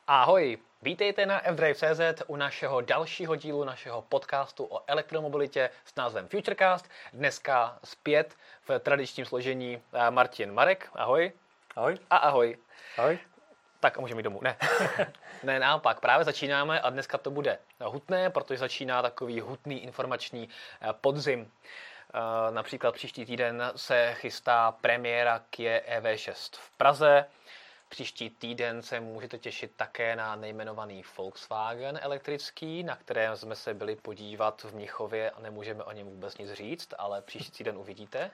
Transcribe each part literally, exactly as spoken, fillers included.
Ahoj, vítejte na F Drive tečka cé zet u našeho dalšího dílu našeho podcastu o elektromobilitě s názvem Futurecast. Dneska zpět v tradičním složení Martin Marek. Ahoj. Ahoj. A ahoj. Ahoj. Tak a můžeme jít domů. Ne. ne, naopak, právě začínáme a dneska to bude hutné, protože začíná takový hutný informační podzim. Například příští týden se chystá premiéra Kia E V šest v Praze. Příští týden se můžete těšit také na nejmenovaný Volkswagen elektrický, na kterém jsme se byli podívat v Mnichově a nemůžeme o něm vůbec nic říct, ale příští týden uvidíte.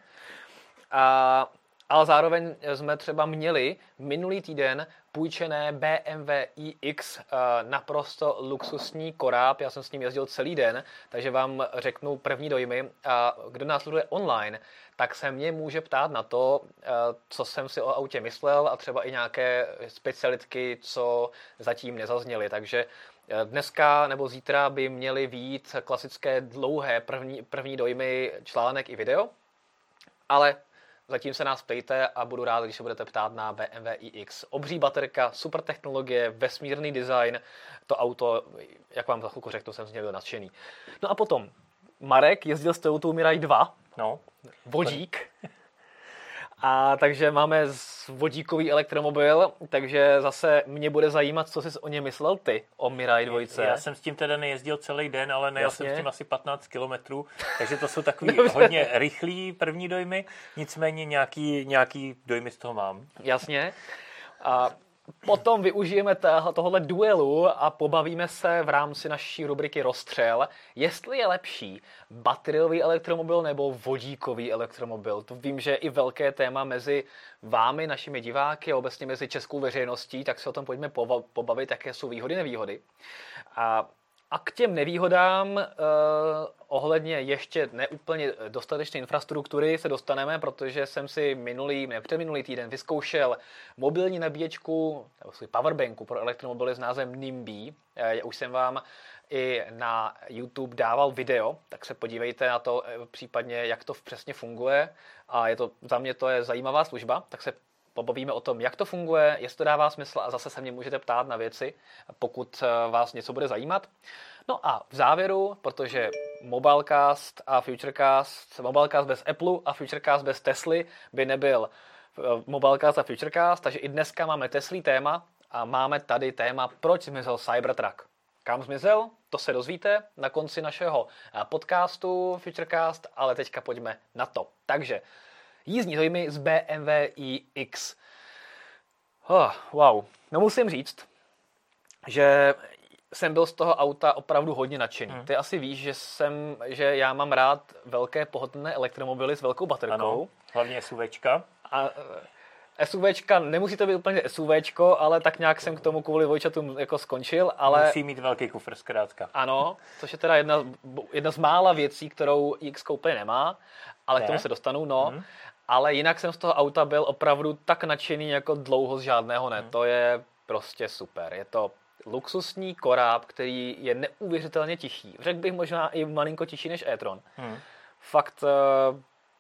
A, ale zároveň jsme třeba měli minulý týden půjčené B M W i X, naprosto luxusní koráb, já jsem s ním jezdil celý den, takže vám řeknu první dojmy. A kdo nás sleduje online, tak se mě může ptát na to, co jsem si o autě myslel a třeba i nějaké specialitky, co zatím nezazněly. Takže dneska nebo zítra by měly vyjít klasické dlouhé první, první dojmy, článek i video, ale zatím se nás ptejte a budu rád, když se budete ptát na B M W i X. Obří baterka, super technologie, vesmírný design, to auto, jak vám za chvilku řeknu, jsem z něj byl nadšený. No a potom, Marek jezdil s Toyotou Mirai dva, no. vodík. A takže máme vodíkový elektromobil, takže zase mě bude zajímat, co jsi o něm myslel ty, o Mirai dvojce. Já jsem s tím teda nejezdil celý den, ale nejel Jasně. jsem s tím asi patnáct kilometrů, takže to jsou takový hodně rychlý první dojmy, nicméně nějaký, nějaký dojmy z toho mám. Jasně. A potom využijeme tohohle duelu a pobavíme se v rámci naší rubriky Rozstřel, jestli je lepší bateriový elektromobil nebo vodíkový elektromobil. To vím, že je i velké téma mezi vámi, našimi diváky a obecně mezi českou veřejností, tak se o tom pojďme pobavit, jaké jsou výhody, nevýhody. A A k těm nevýhodám eh, ohledně ještě neúplně dostatečné infrastruktury se dostaneme, protože jsem si minulý, ne předminulý týden vyzkoušel mobilní nabíječku, nebo svůj powerbanku pro elektromobily s názvem Nimby. Eh, už jsem vám i na YouTube dával video, tak se podívejte na to eh, případně, jak to přesně funguje. A je to, za mě to je zajímavá služba, tak se pobavíme o tom, jak to funguje, jestli to dává smysl a zase se mě můžete ptát na věci, pokud vás něco bude zajímat. No a v závěru, protože Mobilecast a Futurecast, Mobilecast bez Apple a Futurecast bez Tesly by nebyl Mobilecast a Futurecast, takže i dneska máme Teslí téma a máme tady téma, proč zmizel Cybertruck. Kam zmizel? To se dozvíte na konci našeho podcastu Futurecast, ale teďka pojďme na to. Takže jízdní dojmy z B M W i X. Oh, wow. No musím říct, že jsem byl z toho auta opravdu hodně nadšený. Hmm. Ty asi víš, že, jsem, že já mám rád velké pohodlné elektromobily s velkou baterkou. Ano, hlavně SUVčka. A SUVčka, nemusí to být úplně SUVčko, ale tak nějak jsem k tomu kvůli dvojčatům jako skončil. Ale musí mít velký kufr zkrátka. Ano, což je teda jedna, jedna z mála věcí, kterou X úplně nemá, ale ne. K tomu se dostanu, no. Hmm. Ale jinak jsem z toho auta byl opravdu tak nadšený jako dlouho z žádného ne. Hmm. To je prostě super. Je to luxusní koráb, který je neuvěřitelně tichý. Řekl bych možná i malinko tichý než e-tron. Hmm. Fakt uh,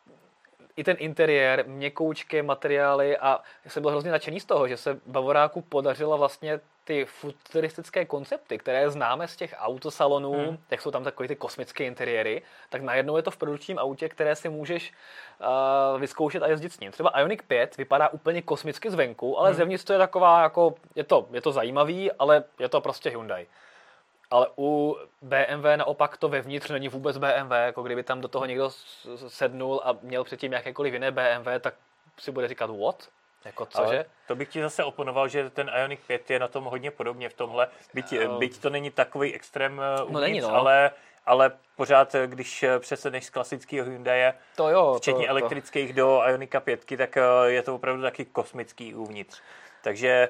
i ten interiér, měkoučké materiály a jsem byl hrozně nadšený z toho, že se Bavoráku podařilo vlastně ty futuristické koncepty, které známe z těch autosalonů, hmm. jak jsou tam takové ty kosmické interiéry, tak najednou je to v produkčním autě, které si můžeš uh, vyzkoušet a jezdit s ním. Třeba Ioniq pět vypadá úplně kosmicky zvenku, ale hmm. zevnitř to je taková, jako, je to, je to zajímavý, ale je to prostě Hyundai. Ale u B M W naopak to vevnitř není vůbec B M W, jako kdyby tam do toho někdo sednul a měl předtím jakékoliv jiné B M W, tak si bude říkat what? Jako cože? To bych ti zase oponoval, že ten Ioniq pět je na tom hodně podobně v tomhle. Byť, uh, byť to není takový extrém uvnitř, no není, no. ale, ale pořád, když přesedneš z klasického Hyundaie, to jo, včetně to, elektrických to. do Ioniqa pět, tak je to opravdu taky kosmický uvnitř. Takže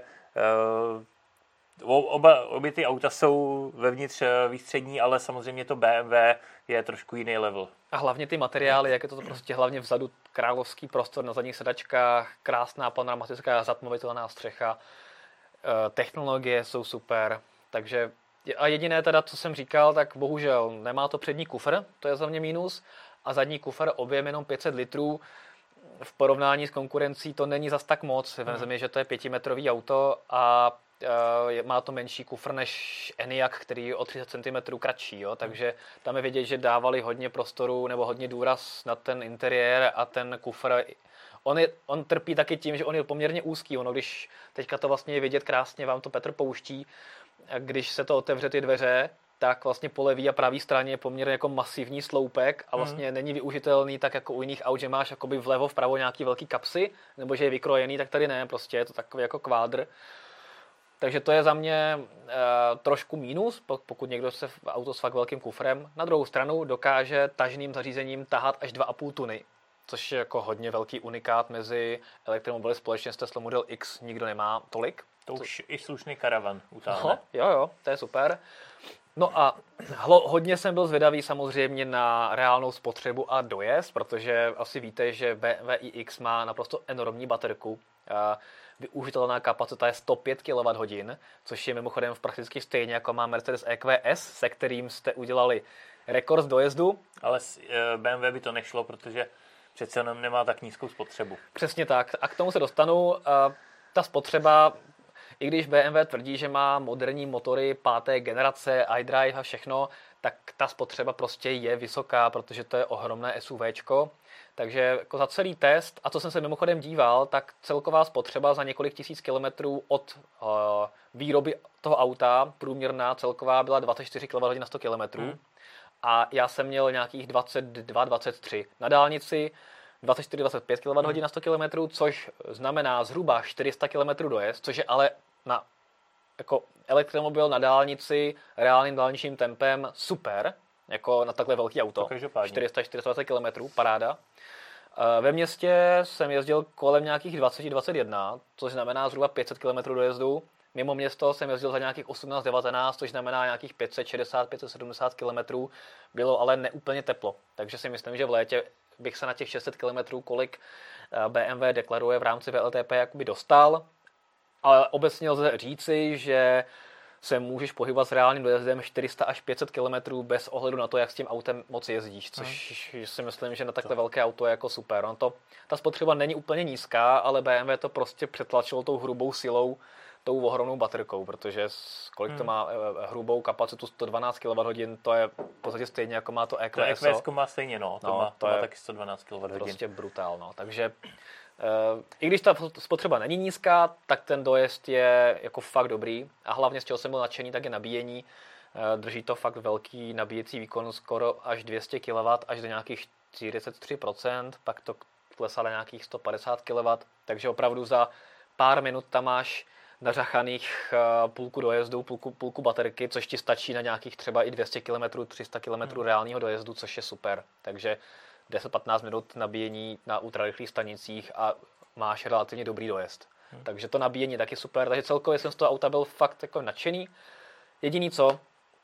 uh, oba, obě ty auta jsou vevnitř výstřední, ale samozřejmě to B M W je trošku jiný level. A hlavně ty materiály, jak je to prostě hlavně vzadu královský prostor na zadních sedačkách, krásná panoramatická zatmavitelná střecha, technologie jsou super, takže a jediné teda, co jsem říkal, tak bohužel nemá to přední kufr, to je za mě mínus, a zadní kufr objem jenom pět set litrů, v porovnání s konkurencí to není zas tak moc, v zemi, že to je pětimetrový auto a má to menší kufr než Enyaq, který je o třicet centimetrů kratší, jo? Takže tam je vidět, že dávali hodně prostoru nebo hodně důraz na ten interiér a ten kufr. On, je, on trpí taky tím, že on je poměrně úzký. Ono, když teďka to vlastně je vidět krásně, vám to Petr pouští, a když se to otevře ty dveře, tak vlastně po levý a pravý straně je poměrně jako masivní sloupek a vlastně mm. není využitelný tak jako u jiných aut, že máš jakoby vlevo, vpravo nějaký velký kapsy, nebo že je vykrojený, tak tady ne, prostě je to takový jako kvádr. Takže to je za mě e, trošku mínus, pokud někdo se v auto s fakt velkým kufrem. Na druhou stranu dokáže tažným zařízením tahat až dva a půl tuny, což je jako hodně velký unikát mezi elektromobily společně s Tesla Model X, nikdo nemá tolik. To už i slušný karavan utáhne. No, jo, jo, to je super. No a hlo, hodně jsem byl zvědavý samozřejmě na reálnou spotřebu a dojezd, protože asi víte, že B M W iX má naprosto enormní baterku. Využitelná kapacita je sto pět kilowatthodin, což je mimochodem v prakticky stejně jako má Mercedes E Q S, se kterým jste udělali rekord z dojezdu. Ale s B M W by to nešlo, protože přece jenom nemá tak nízkou spotřebu. Přesně tak. A k tomu se dostanu. Ta spotřeba, i když B M W tvrdí, že má moderní motory páté generace, iDrive a všechno, tak ta spotřeba prostě je vysoká, protože to je ohromné SUVčko. Takže jako za celý test, a co jsem se mimochodem díval, tak celková spotřeba za několik tisíc kilometrů od uh, výroby toho auta, průměrná celková byla dvacet čtyři kilowatthodin na sto kilometrů. Hmm. A já jsem měl nějakých dvacet dva dvacet tři. Na dálnici dvacet čtyři dvacet pět kilowatthodin na sto kilometrů, což znamená zhruba čtyři sta kilometrů dojezd, což je ale na jako elektromobil na dálnici reálným dálničním tempem super, jako na takhle velký auto. čtyři sta čtyřicet kilometrů, paráda. Ve městě jsem jezdil kolem nějakých dvacet dvacet jedna, což znamená zhruba pět set kilometrů dojezdu. Mimo město jsem jezdil za nějakých osmnáct devatenáct, což znamená nějakých pět set šedesát pět set sedmdesát kilometrů. Bylo ale neúplně teplo, takže si myslím, že v létě bych se na těch šest set kilometrů, kolik B M W deklaruje v rámci V L T P, jakoby dostal. Ale obecně lze říci, že se můžeš pohybovat s reálným dojezdem čtyři sta až pět set kilometrů bez ohledu na to, jak s tím autem moc jezdíš, což hmm. si myslím, že na takhle velké auto je jako super. No to, ta spotřeba není úplně nízká, ale B M W to prostě přetlačilo tou hrubou silou, tou ohromnou baterkou, protože kolik hmm. to má e, hrubou kapacitu sto dvanáct kilowatthodin, to je v podstatě stejně jako má to E Q S. To E Q S má stejně, no, to, no, má, to, to má taky sto dvanáct kilowatthodin. Prostě brutál, no. Takže Uh, i když ta spotřeba není nízká, tak ten dojezd je jako fakt dobrý a hlavně z čeho jsem byl nadšený, tak je nabíjení. Uh, drží to fakt velký nabíjecí výkon, skoro až dvě stě kilowattů, až do nějakých čtyřicet tři procent, pak to klesá na nějakých sto padesát kilowattů, takže opravdu za pár minut tam máš nařachaných uh, půlku dojezdu, půlku, půlku baterky, což ti stačí na nějakých třeba i dvě stě kilometrů, tři sta kilometrů hmm. reálního dojezdu, což je super. Takže deset patnáct minut nabíjení na ultrarychlých stanicích a máš relativně dobrý dojezd. Hmm. Takže to nabíjení je taky super. Takže celkově jsem z toho auta byl fakt jako nadšený. Jediný co,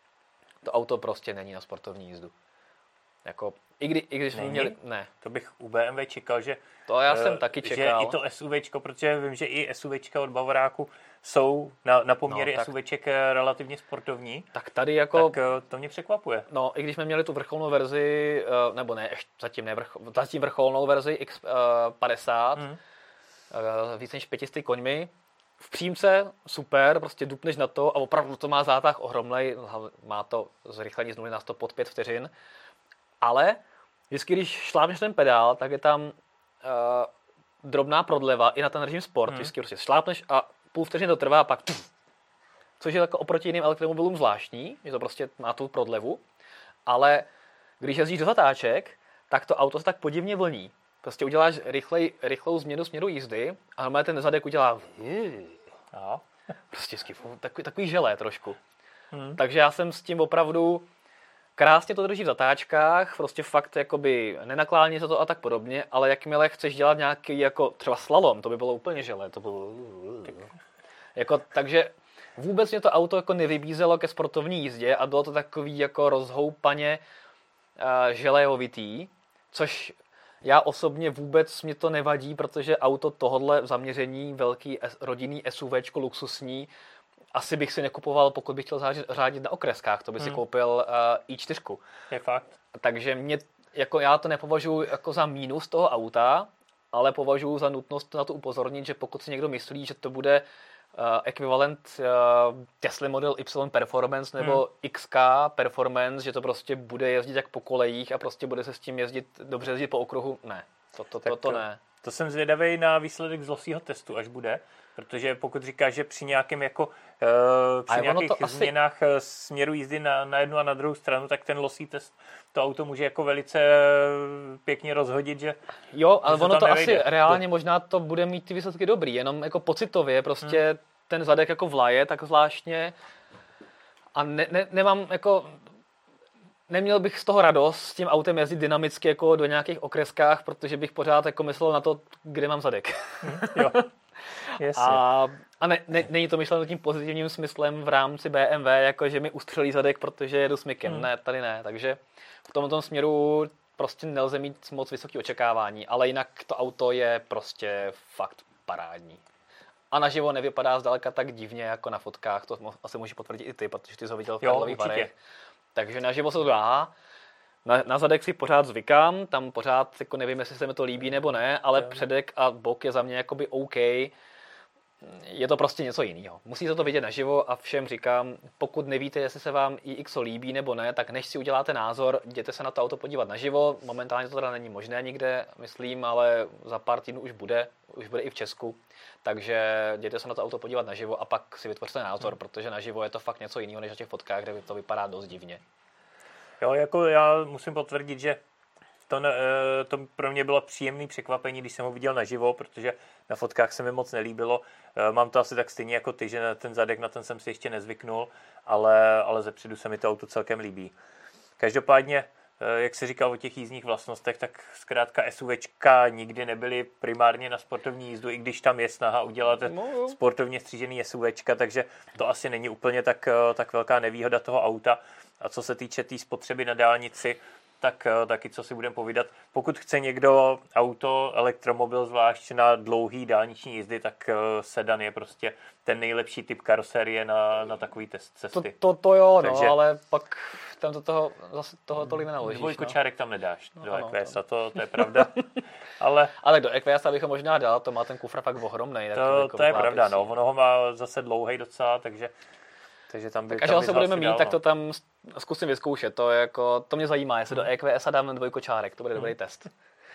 to auto prostě není na sportovní jízdu. Jako, i, kdy, i když jsme měli... Ne. To bych u B M W čekal, že... To já jsem uh, taky čekal. Že i to SUVčko, protože vím, že i SUVčka od Bavoráku jsou na, na poměry no, tak, SUVček relativně sportovní. Tak tady jako... Tak to mě překvapuje. No, i když jsme měli tu vrcholnou verzi, nebo ne, ještě zatím, ne vrchol, zatím vrcholnou verzi X padesát, mm. víc než pětisty koňmi, v přímce super, prostě dupneš na to a opravdu to má zátah ohromnej, má to zrychlení z nuly na sto pod pět vteřin, ale vždycky, když šlápneš ten pedál, tak je tam uh, drobná prodleva i na ten režim sport, mm. vždycky prostě šlápneš a půl vteřiny to trvá a pak tuf, což je jako oproti jiným elektromobilům zvláštní, že to prostě má tu prodlevu, ale když jezdíš do zatáček, tak to auto se tak podivně vlní. Prostě uděláš rychlej, rychlou změnu směru jízdy a normálně ten zadek udělá no. prostě takový, takový želé trošku. Hmm. Takže já jsem s tím opravdu krásně to drží v zatáčkách, prostě fakt jakoby nenaklání se to a tak podobně, ale jakmile chceš dělat nějaký jako třeba slalom, to by bylo úplně želé, to bylo jako, takže vůbec mě to auto jako nevybízelo ke sportovní jízdě a bylo to takový jako rozhoupaně uh, želejovitý, což já osobně vůbec mě to nevadí, protože auto tohodle v zaměření, velký rodinný SUVčko, luxusní, asi bych si nekupoval, pokud bych chtěl řádit na okreskách, to by si hmm. koupil uh, i čtyři. Je fakt. Takže mě, jako já to nepovažuji jako za mínus toho auta, ale považuji za nutnost na to upozornit, že pokud si někdo myslí, že to bude ekvivalent uh, Tesla Model Y Performance nebo hmm. X K Performance, že to prostě bude jezdit jak po kolejích a prostě bude se s tím jezdit, dobře jezdit po okruhu? Ne, to, to, to, to ne. To jsem zvědavý na výsledek z losího testu, až bude, protože pokud říkáš, že při nějakém jako uh, při nějakých změnách asi... směru jízdy na, na jednu a na druhou stranu, tak ten losí test to auto může jako velice pěkně rozhodit, že jo, ale že ono to nevejde. Asi reálně možná to bude mít ty výsledky dobrý, jenom jako pocitově prostě hmm. ten zadek jako vlaje tak zvláštně a ne, ne, nemám jako neměl bych z toho radost s tím autem jezdit dynamicky jako do nějakých okreskách, protože bych pořád jako myslel na to, kde mám zadek. Hmm. Jo. A, a ne, ne, není to myšleno tím pozitivním smyslem v rámci B M W, jako že mi ustřelí zadek, protože jedu smykem. Hmm. Ne, tady ne. Takže v tomto směru prostě nelze mít moc vysoké očekávání, ale jinak to auto je prostě fakt parádní. A naživo nevypadá zdaleka tak divně jako na fotkách, to asi můžeš potvrdit i ty, protože ty jsi ho viděl v karlových varech. Takže naživo se to dá. Na, na zadek si pořád zvykám, tam pořád jako nevím, jestli se mi to líbí nebo ne, ale yeah. předek a bok je za mě jakoby OK. Je to prostě něco jiného. Musíte to vidět naživo a všem říkám, pokud nevíte, jestli se vám i X líbí nebo ne, tak než si uděláte názor, jděte se na to auto podívat naživo. Momentálně to teda není možné nikde, myslím, ale za pár týdnů už bude, už bude i v Česku. Takže jděte se na to auto podívat naživo a pak si vytvořte názor, hmm. protože naživo je to fakt něco jiného než na těch fotkách, kde to vypadá dost divně. Jo, jako já musím potvrdit, že to, to pro mě bylo příjemné překvapení, když jsem ho viděl naživo, protože na fotkách se mi moc nelíbilo. Mám to asi tak stejně jako ty, že na ten zadek, na ten jsem si ještě nezvyknul, ale, ale zepředu se mi to auto celkem líbí. Každopádně, jak se říkal o těch jízdních vlastnostech, tak zkrátka SUVčka nikdy nebyly primárně na sportovní jízdu, i když tam je snaha udělat no. sportovně střížený SUVčka, takže to asi není úplně tak, tak velká nevýhoda toho auta. A co se týče té tý spotřeby na dálnici, tak taky co si budeme povídat. Pokud chce někdo auto, elektromobil, zvlášť na dlouhý dálniční jízdy, tak sedan je prostě ten nejlepší typ karosérie na, na takový test cesty. To, to, to jo, takže, no, ale pak tam do toho zase toho tolik nenaložíš. Dvojkočárek no. tam nedáš no, do ano, Equesa, to, to je pravda. ale, ale do Equesa bych ho možná dal, to má ten kufr fakt ohromnej. To, jako to je pravda, no, ono ho má zase dlouhej docela, takže Takže tam by, tak až se budeme mít, dál, tak to tam zkusím vyzkoušet. To, je jako, to mě zajímá, jestli hmm. do E Q S dám dvojkočárek, to bude hmm. dobrý test.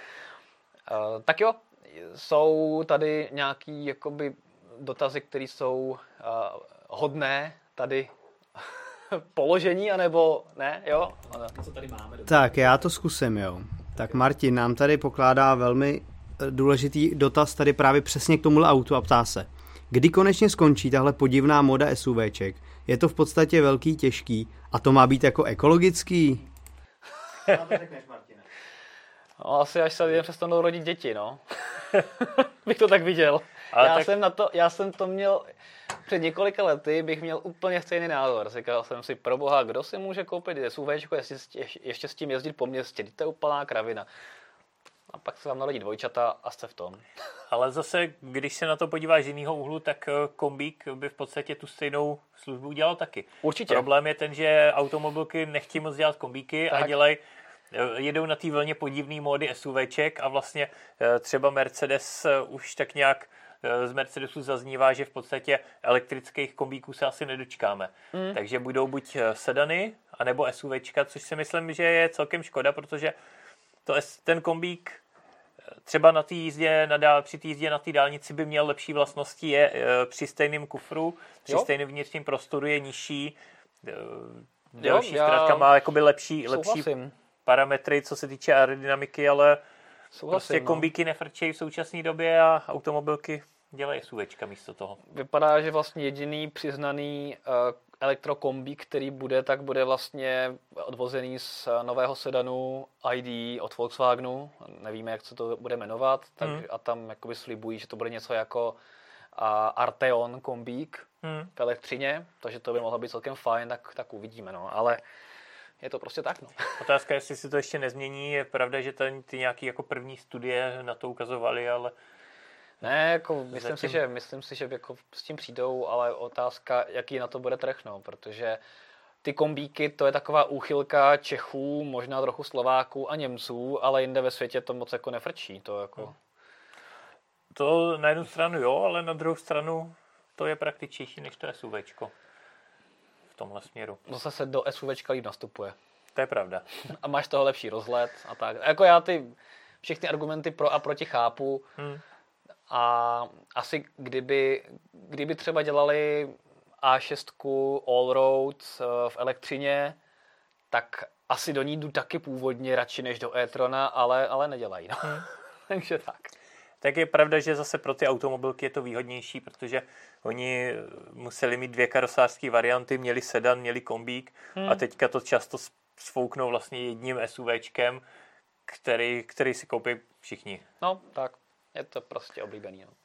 Uh, tak jo, jsou tady nějaký jakoby dotazy, které jsou uh, hodné tady položení, anebo ne, jo? Co tady máme? Tak, já to zkusím, jo. Tak Martin nám tady pokládá velmi důležitý dotaz tady právě přesně k tomuhle autu a ptá se. Kdy konečně skončí tahle podivná moda SUVček? Je to v podstatě velký, těžký a to má být jako ekologický? Co to řekneš, Martine? No, asi až se lidem přestanou rodit děti, no. Bych to tak viděl. Já, tak... Jsem na to, já jsem to měl před několika lety, bych měl úplně stejný názor. Říkal jsem si, proboha, kdo si může koupit SUVčko, jestli ještě s tím jezdit po městě? To je úplná kravina. A pak se vám narodí dvojčata a jste v tom. Ale zase, když se na to podíváš z jiného úhlu, tak kombík by v podstatě tu stejnou službu dělal taky. Určitě. Problém je ten, že automobilky nechtějí moc dělat kombíky tak. a dělají, jedou na té vlně podivný módy SUVček a vlastně třeba Mercedes už tak nějak z Mercedesu zaznívá, že v podstatě elektrických kombíků se asi nedočkáme. Mm. Takže budou buď sedany, anebo SUVčka, což si myslím, že je celkem škoda, protože to, ten kombík třeba na té jízdě, na dál, při té jízdě na té dálnici by měl lepší vlastnosti, je e, při stejném kufru, při jo? stejném vnitřním prostoru je nižší, e, další zkrátka má jakoby lepší, lepší parametry, co se týče aerodynamiky, ale souhlasím, prostě kombíky no. nefrčejí v současné době a automobilky dělají SUVčka místo toho. Vypadá, že vlastně jediný přiznaný uh, elektrokombík, který bude, tak bude vlastně odvozený z nového sedanu I D od Volkswagenu. Nevíme, jak se to bude jmenovat. Tak, hmm. A tam jakoby slibují, že to bude něco jako uh, Arteon kombík hmm. v elektřině, takže to by mohlo být celkem fajn, tak, tak uvidíme. No. Ale je to prostě tak. No. Otázka, jestli si to ještě nezmění. Je pravda, že ten, ty nějaký jako první studie na to ukazovaly, ale ne, jako myslím, Zatím... si, že, myslím si, že jako s tím přijdou, ale otázka, jaký na to bude trh, no, protože ty kombíky, to je taková úchylka Čechů, možná trochu Slováků a Němců, ale jinde ve světě to moc jako nefrčí. To, jako... to na jednu stranu jo, ale na druhou stranu to je praktičtější než to SUVčko v tomhle směru. Zase se do SUVčka líp nastupuje. To je pravda. A máš toho lepší rozhled a tak. A jako já ty všechny argumenty pro a proti chápu. Hmm. A asi kdyby, kdyby třeba dělali á šest Allroad v elektřině, tak asi do ní jdu taky původně radši než do e-trona, ale, ale nedělají. No. Hmm. Takže tak. Tak je pravda, že zase pro ty automobilky je to výhodnější, protože oni museli mít dvě karosářské varianty, měli sedan, měli kombík hmm. a teďka to často sfouknou vlastně jedním SUVčkem, který, který si koupí všichni. No, tak. Je to prostě oblíbený. No.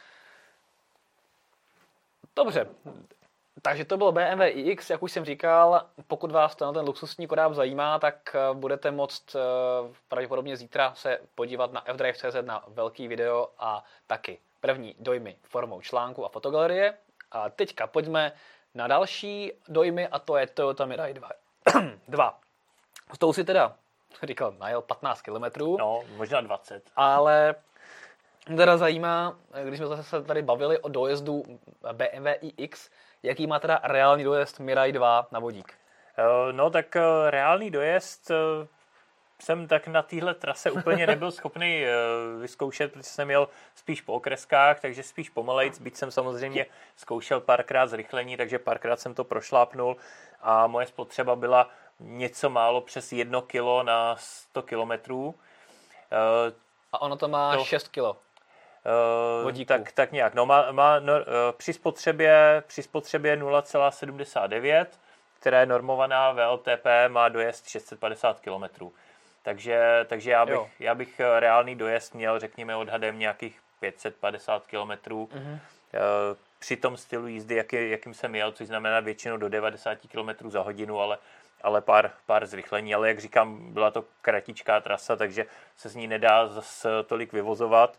Dobře. Takže to bylo bé em vé iX, jak už jsem říkal, pokud vás to na ten luxusní koráb zajímá, tak budete moct pravděpodobně zítra se podívat na fdrive tečka cé zet na velký video a taky první dojmy formou článku a fotogalerie. A teďka pojďme na další dojmy a to je Toyota Mirai dva. S tou si teda, říkal, najel patnáct kilometrů. No, možná dvacet. Ale mě teda zajímá, když jsme zase se tady bavili o dojezdu bé em vé iX, jaký má teda reálný dojezd Mirai dva na vodík? No tak reálný dojezd jsem tak na téhle trase úplně nebyl schopný vyzkoušet, protože jsem jel spíš po okreskách, takže spíš pomalejc, byť jsem samozřejmě zkoušel párkrát zrychlení, takže párkrát jsem to prošlápnul a moje spotřeba byla něco málo přes jedno kilo na sto kilometrů. A ono to má to, šest kilo. Uh, tak, tak nějak. No, má, má, no, uh, při spotřebě, při spotřebě nula celá sedmdesát devět, která je normovaná V L T P, má dojezd šest set padesát kilometrů. Takže, takže já, bych, já bych reálný dojezd měl, řekněme, odhadem nějakých pět set padesát kilometrů. Mm-hmm. Uh, při tom stylu jízdy, jaký, jakým jsem jel, což znamená většinou do devadesát kilometrů za hodinu, ale ale pár, pár zrychlení, ale jak říkám, byla to kratičká trasa, takže se z ní nedá zase tolik vyvozovat.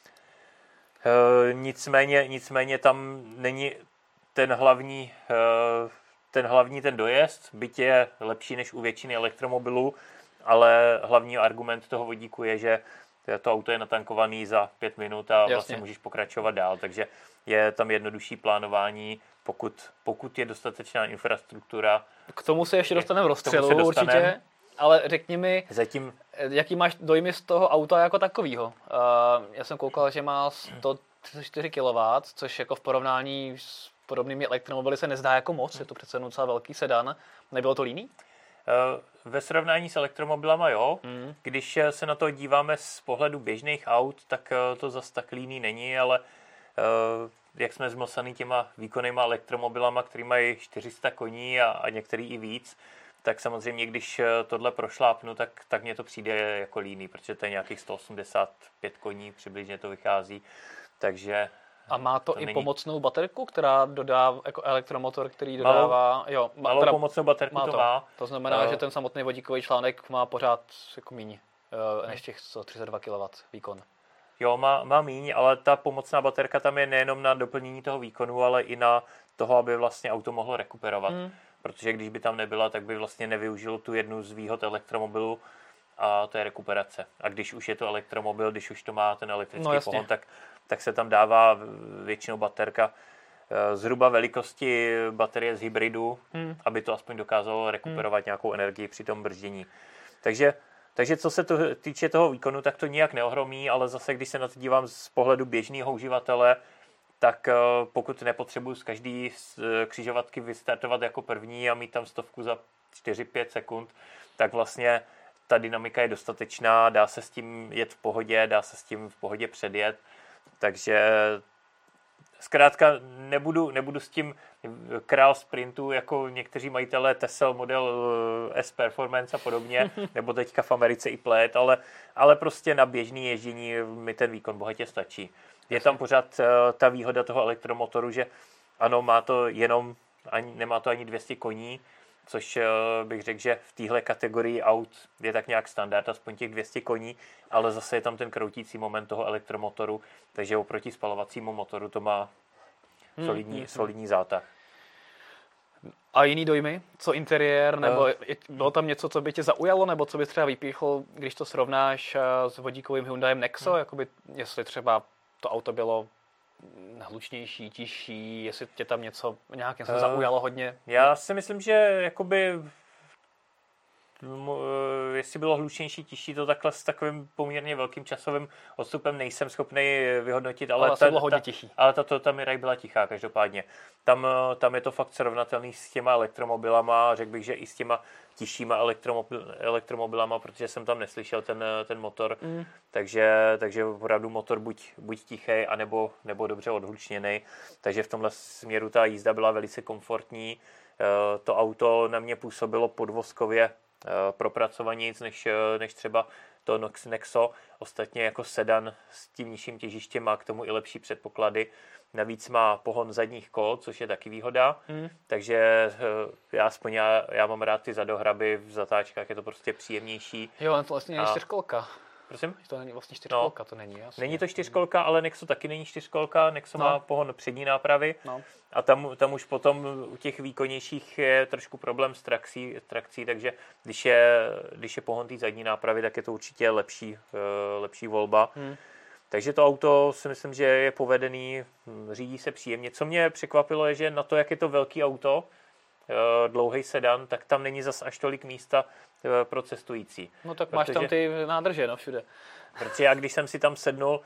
E, nicméně, nicméně tam není ten hlavní, e, ten hlavní ten dojezd, byť je lepší než u většiny elektromobilů, ale hlavní argument toho vodíku je, že to auto je natankovaný za pět minut a Jasně. vlastně můžeš pokračovat dál, takže je tam jednodušší plánování, pokud, pokud je dostatečná infrastruktura. K tomu se ještě dostaneme v rozstřelu určitě, ale řekni mi, Zatím... jaký máš dojmy z toho auta jako takového. Uh, já jsem koukal, že má sto třicet čtyři kilowattů, což jako v porovnání s podobnými elektromobily se nezdá jako moc, je to přece docela velký sedan. Nebylo to líný? Ve srovnání s elektromobilama jo, mm. když se na to díváme z pohledu běžných aut, tak to zas tak líný není, ale jak jsme zmlsaný těma výkonnýma elektromobilama, který mají čtyři sta koní a, a některý i víc, tak samozřejmě, když tohle prošlápnu, tak, tak mně to přijde jako líný, protože to je nějakých sto osmdesát pět koní, přibližně to vychází, takže... A má to, to i není... pomocnou baterku, která dodává, jako elektromotor, který dodává... Malou, jo, malou teda, pomocnou baterku má to, to má. To znamená, uh, že ten samotný vodíkový článek má pořád jako míň, uh, než těch sto třicet dva kilowattů výkon. Jo, má, má míň, ale ta pomocná baterka tam je nejenom na doplnění toho výkonu, ale i na toho, aby vlastně auto mohlo rekuperovat. Hmm. Protože když by tam nebyla, tak by vlastně nevyužil tu jednu z výhod elektromobilu, a to je rekuperace. A když už je to elektromobil, když už to má ten elektrický no, pohon, tak, tak se tam dává většinou baterka zhruba velikosti baterie z hybridu, hmm. aby to aspoň dokázalo rekuperovat hmm. nějakou energii při tom brzdění. Takže, takže co se to týče toho výkonu, tak to nijak neohromí, ale zase, když se na to dívám z pohledu běžného uživatele, tak pokud nepotřebuji z každý křižovatky vystartovat jako první a mít tam stovku za čtyři pět sekund, tak vlastně ta dynamika je dostatečná, dá se s tím jet v pohodě, dá se s tím v pohodě předjet, takže zkrátka nebudu, nebudu s tím král sprintu jako někteří majitelé Tesla model S Performance a podobně, nebo teďka v Americe i Plaid, ale, ale prostě na běžný ježdění mi ten výkon bohatě stačí. Je tam pořád ta výhoda toho elektromotoru, že ano, má to jenom, ani, nemá to ani dvě stě koní, což bych řekl, že v téhle kategorii aut je tak nějak standard, aspoň těch dvě stě koní, ale zase je tam ten kroutící moment toho elektromotoru, takže oproti spalovacímu motoru to má solidní, hmm, solidní zátah. A jiný dojmy? Co interiér? Nebo bylo tam něco, co by tě zaujalo, nebo co bys třeba vypíchl, když to srovnáš s vodíkovým Hyundaiem Nexo? Hmm. Jakoby, jestli třeba to auto bylo hlučnější, tišší, jestli tě tam něco nějakým se Uh, zaujalo hodně? Já si myslím, že jakoby jestli bylo hlučnější, tišší, to takhle s takovým poměrně velkým časovým odstupem nejsem schopný vyhodnotit, ale, ale ta, bylo hodně ta, tichý. ale ta, ta Mirai byla tichá každopádně. Tam, tam je to fakt srovnatelný s těma elektromobilama, řekl bych, že i s těma tiššíma elektromobil, elektromobilama, protože jsem tam neslyšel ten, ten motor, mm. takže, takže opravdu motor buď, buď tichý, anebo, nebo dobře odhlučněný, takže v tomhle směru ta jízda byla velice komfortní. To auto na mě působilo podvozkově propracovanějc než, než třeba to Nexo. Ostatně jako sedan s tím nižším těžištěm má k tomu i lepší předpoklady. Navíc má pohon zadních kol, což je taky výhoda. Hmm. Takže já aspoň já, já mám rád ty zadohraby v zatáčkách, je to prostě příjemnější. Jo, to vlastně není čtyřkolka. Prosím? To není vlastně čtyřkolka, no, to není. Jasně. Není to čtyřkolka, ale Nexo taky není čtyřkolka. Nexo no. má pohon přední nápravy. No. A tam, tam už potom u těch výkonnějších je trošku problém s trakcí, trakcí takže když je, když je pohon té zadní nápravy, tak je to určitě lepší, lepší volba. Hmm. Takže to auto si myslím, že je povedený, řídí se příjemně. Co mě překvapilo je, že na to, jak je to velký auto, dlouhý sedan, tak tam není zas až tolik místa pro cestující. No tak máš protože, tam ty nádrže, no všude. Protože já, když jsem si tam sednul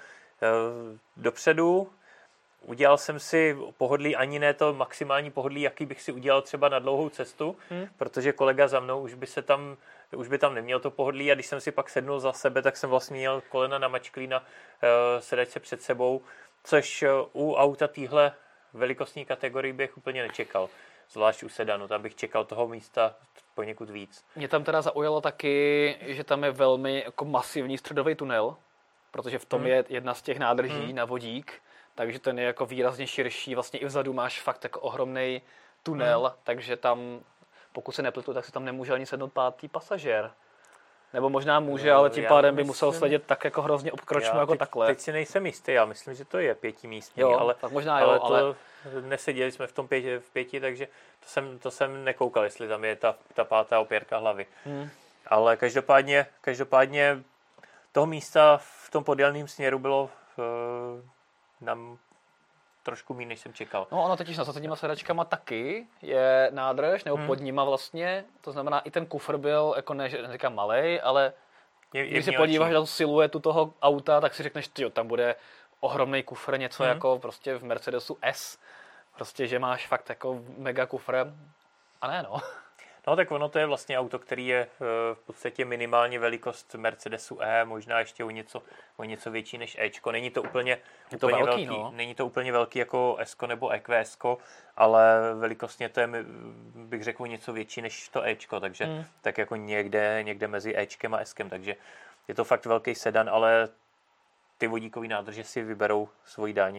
dopředu, udělal jsem si pohodlí, ani ne to maximální pohodlí, jaký bych si udělal třeba na dlouhou cestu, hmm. protože kolega za mnou už by se tam, už by tam neměl to pohodlí a když jsem si pak sednul za sebe, tak jsem vlastně měl kolena namačklý na uh, sedačce před sebou, což u auta téhle velikostní kategorii bych úplně nečekal. Zvlášť u sedanu, tam bych čekal toho místa poněkud víc. Mě tam teda zaujalo taky, že tam je velmi jako masivní středový tunel, protože v tom hmm. je jedna z těch nádrží hmm. na vodík, takže ten je jako výrazně širší, vlastně i vzadu máš fakt jako ohromný tunel, hmm. takže tam, pokud se nepletu, tak se tam nemůže ani sednout pátý pasažér. Nebo možná může, ale tím já pádem myslím, by musel sedět tak jako hrozně obkročno jako teď, takhle. Teď si nejsem jistý, já myslím, že to je pětimístní, jo, ale, tak možná ale jo, to ale... neseděli jsme v tom pěti, v pěti, takže to jsem, to jsem nekoukal, jestli tam je ta, ta pátá opěrka hlavy. Hmm. Ale každopádně, každopádně toho místa v tom podélném směru bylo uh, nám trošku méně, než jsem čekal. No ono totiž za těma sedačkama taky je nádrž, nebo hmm. pod nima vlastně, to znamená i ten kufr byl, jako ne, neříkám malej, ale je, je když se podíváš na tu siluetu toho auta, tak si řekneš, tyjo, tam bude ohromný kufr, něco hmm. jako prostě v Mercedesu S, prostě, že máš fakt jako mega kufr, a ne no. No tak ono to je vlastně auto, který je v podstatě minimálně velikost Mercedesu E, možná ještě o něco, o něco větší než Ečko. Není to úplně, je to úplně velký, velký, no. Není to úplně velký jako Esko nebo E Q S, ale velikostně to je, bych řekl, něco větší než to Ečko, takže hmm. tak jako někde, někde mezi Ečkem a Eskem, takže je to fakt velký sedan, ale ty vodíkový nádrže si vyberou svoji daň.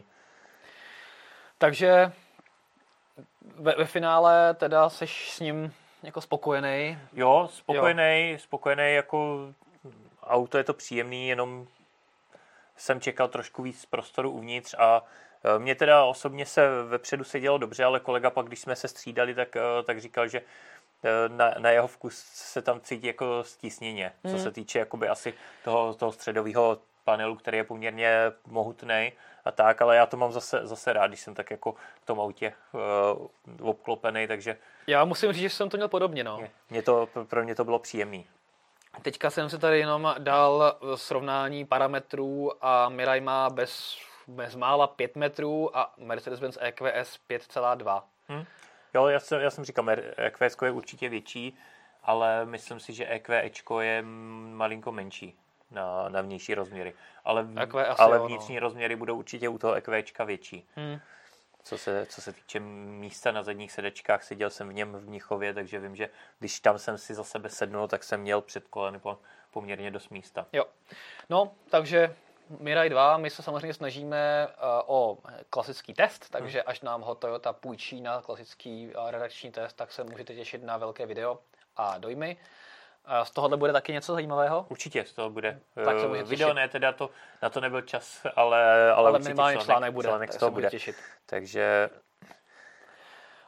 Takže ve, ve finále teda seš s ním jako spokojený? Jo, spokojený, jo. spokojený jako auto, je to příjemný, jenom jsem čekal trošku víc prostoru uvnitř a mě teda osobně se vepředu sedělo dobře, ale kolega pak, když jsme se střídali, tak, tak říkal, že na, na jeho vkus se tam cítí jako stísněně, hmm. co se týče jakoby asi toho, toho středového panelu, který je poměrně mohutný a tak, ale já to mám zase, zase rád, když jsem tak jako v tom autě uh, obklopený, takže... Já musím říct, že jsem to měl podobně, no. Mě to, pro mě to bylo příjemný. Teďka jsem si tady jenom dal srovnání parametrů a Mirai má bez, bez mála pět metrů a Mercedes-Benz E Q S pět celá dva. Hmm. Jo, já jsem, já jsem říkal, E Q S je určitě větší, ale myslím si, že E Q Ečko je malinko menší na, na vnější rozměry. Ale, ale vnitřní jo, no. rozměry budou určitě u toho EQčka větší. Hmm. Co se, co se týče místa na zadních sedačkách, seděl jsem v něm v Mnichově, takže vím, že když tam jsem si za sebe sednul, tak jsem měl před koleny poměrně dost místa. Jo, no, takže Mirai dva, my se samozřejmě snažíme uh, o klasický test, takže hmm. až nám ho Toyota půjčí na klasický uh, redakční test, tak se můžete těšit na velké video a dojmy. Z tohohle bude taky něco zajímavého? Určitě, z toho bude. Tak se můžete video těšit. Ne, teda to, na to nebyl čas, ale, ale, ale minimálně článek, článek bude, článek tak z toho se bude. Těšit. Takže...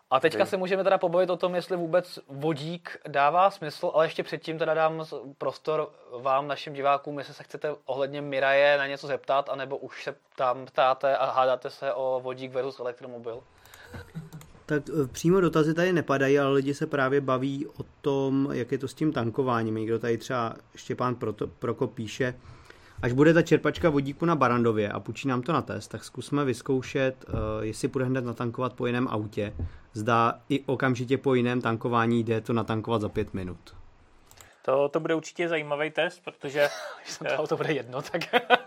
A teďka se můžeme teda pobavit o tom, jestli vůbec vodík dává smysl, ale ještě předtím teda dám prostor vám, našim divákům, jestli se chcete ohledně Miraje na něco zeptat, anebo už se tam ptáte a hádáte se o vodík versus elektromobil. Tak přímo dotazy tady nepadají, ale lidi se právě baví o tom, jak je to s tím tankováním. Někdo tady třeba Štěpán Prokop píše, až bude ta čerpačka vodíku na Barrandově a půjčí nám to na test, tak zkusme vyzkoušet, jestli půjde hned natankovat po jiném autě. Zdá i okamžitě po jiném tankování jde to natankovat za pět minut. To, to bude určitě zajímavý test, protože... Když to auto bude jedno, tak...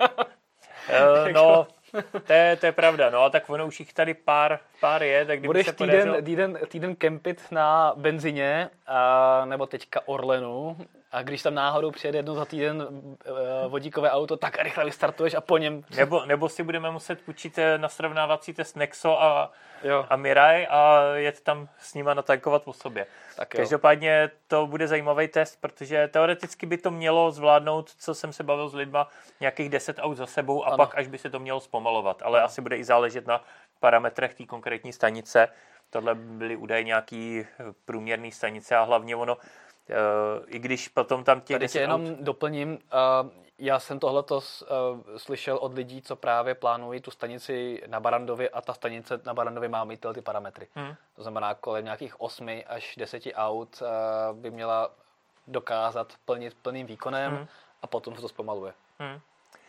Uh, no, to je, to je pravda, no a tak ono už jich tady pár, pár je, tak kdyby budeš se týden, podařilo... týden, týden kempit na benzině, a, nebo teďka Orlenu, a když tam náhodou přijede jedno za týden uh, vodíkové auto, tak rychle vystartuješ a po něm... Nebo, nebo si budeme muset půjčit na srovnávací test Nexo a, jo. a Mirai a jet tam s nima natankovat po sobě. Tak Každopádně to bude zajímavý test, protože teoreticky by to mělo zvládnout, co jsem se bavil s lidma, nějakých deset aut za sebou a ano. Pak až by se to mělo zpomalovat. Ale ano. Asi bude i záležet na parametrech té konkrétní stanice. Tohle byly údaje nějaký průměrný stanice a hlavně ono, i když potom tam těch Tady tě jenom aut... doplním, já jsem tohleto slyšel od lidí, co právě plánují tu stanici na Barrandově a ta stanice na Barrandově má mít ty parametry. Hmm. To znamená, kolem nějakých osmi až deseti aut by měla dokázat plnit plným výkonem hmm. a potom se to zpomaluje. Hmm.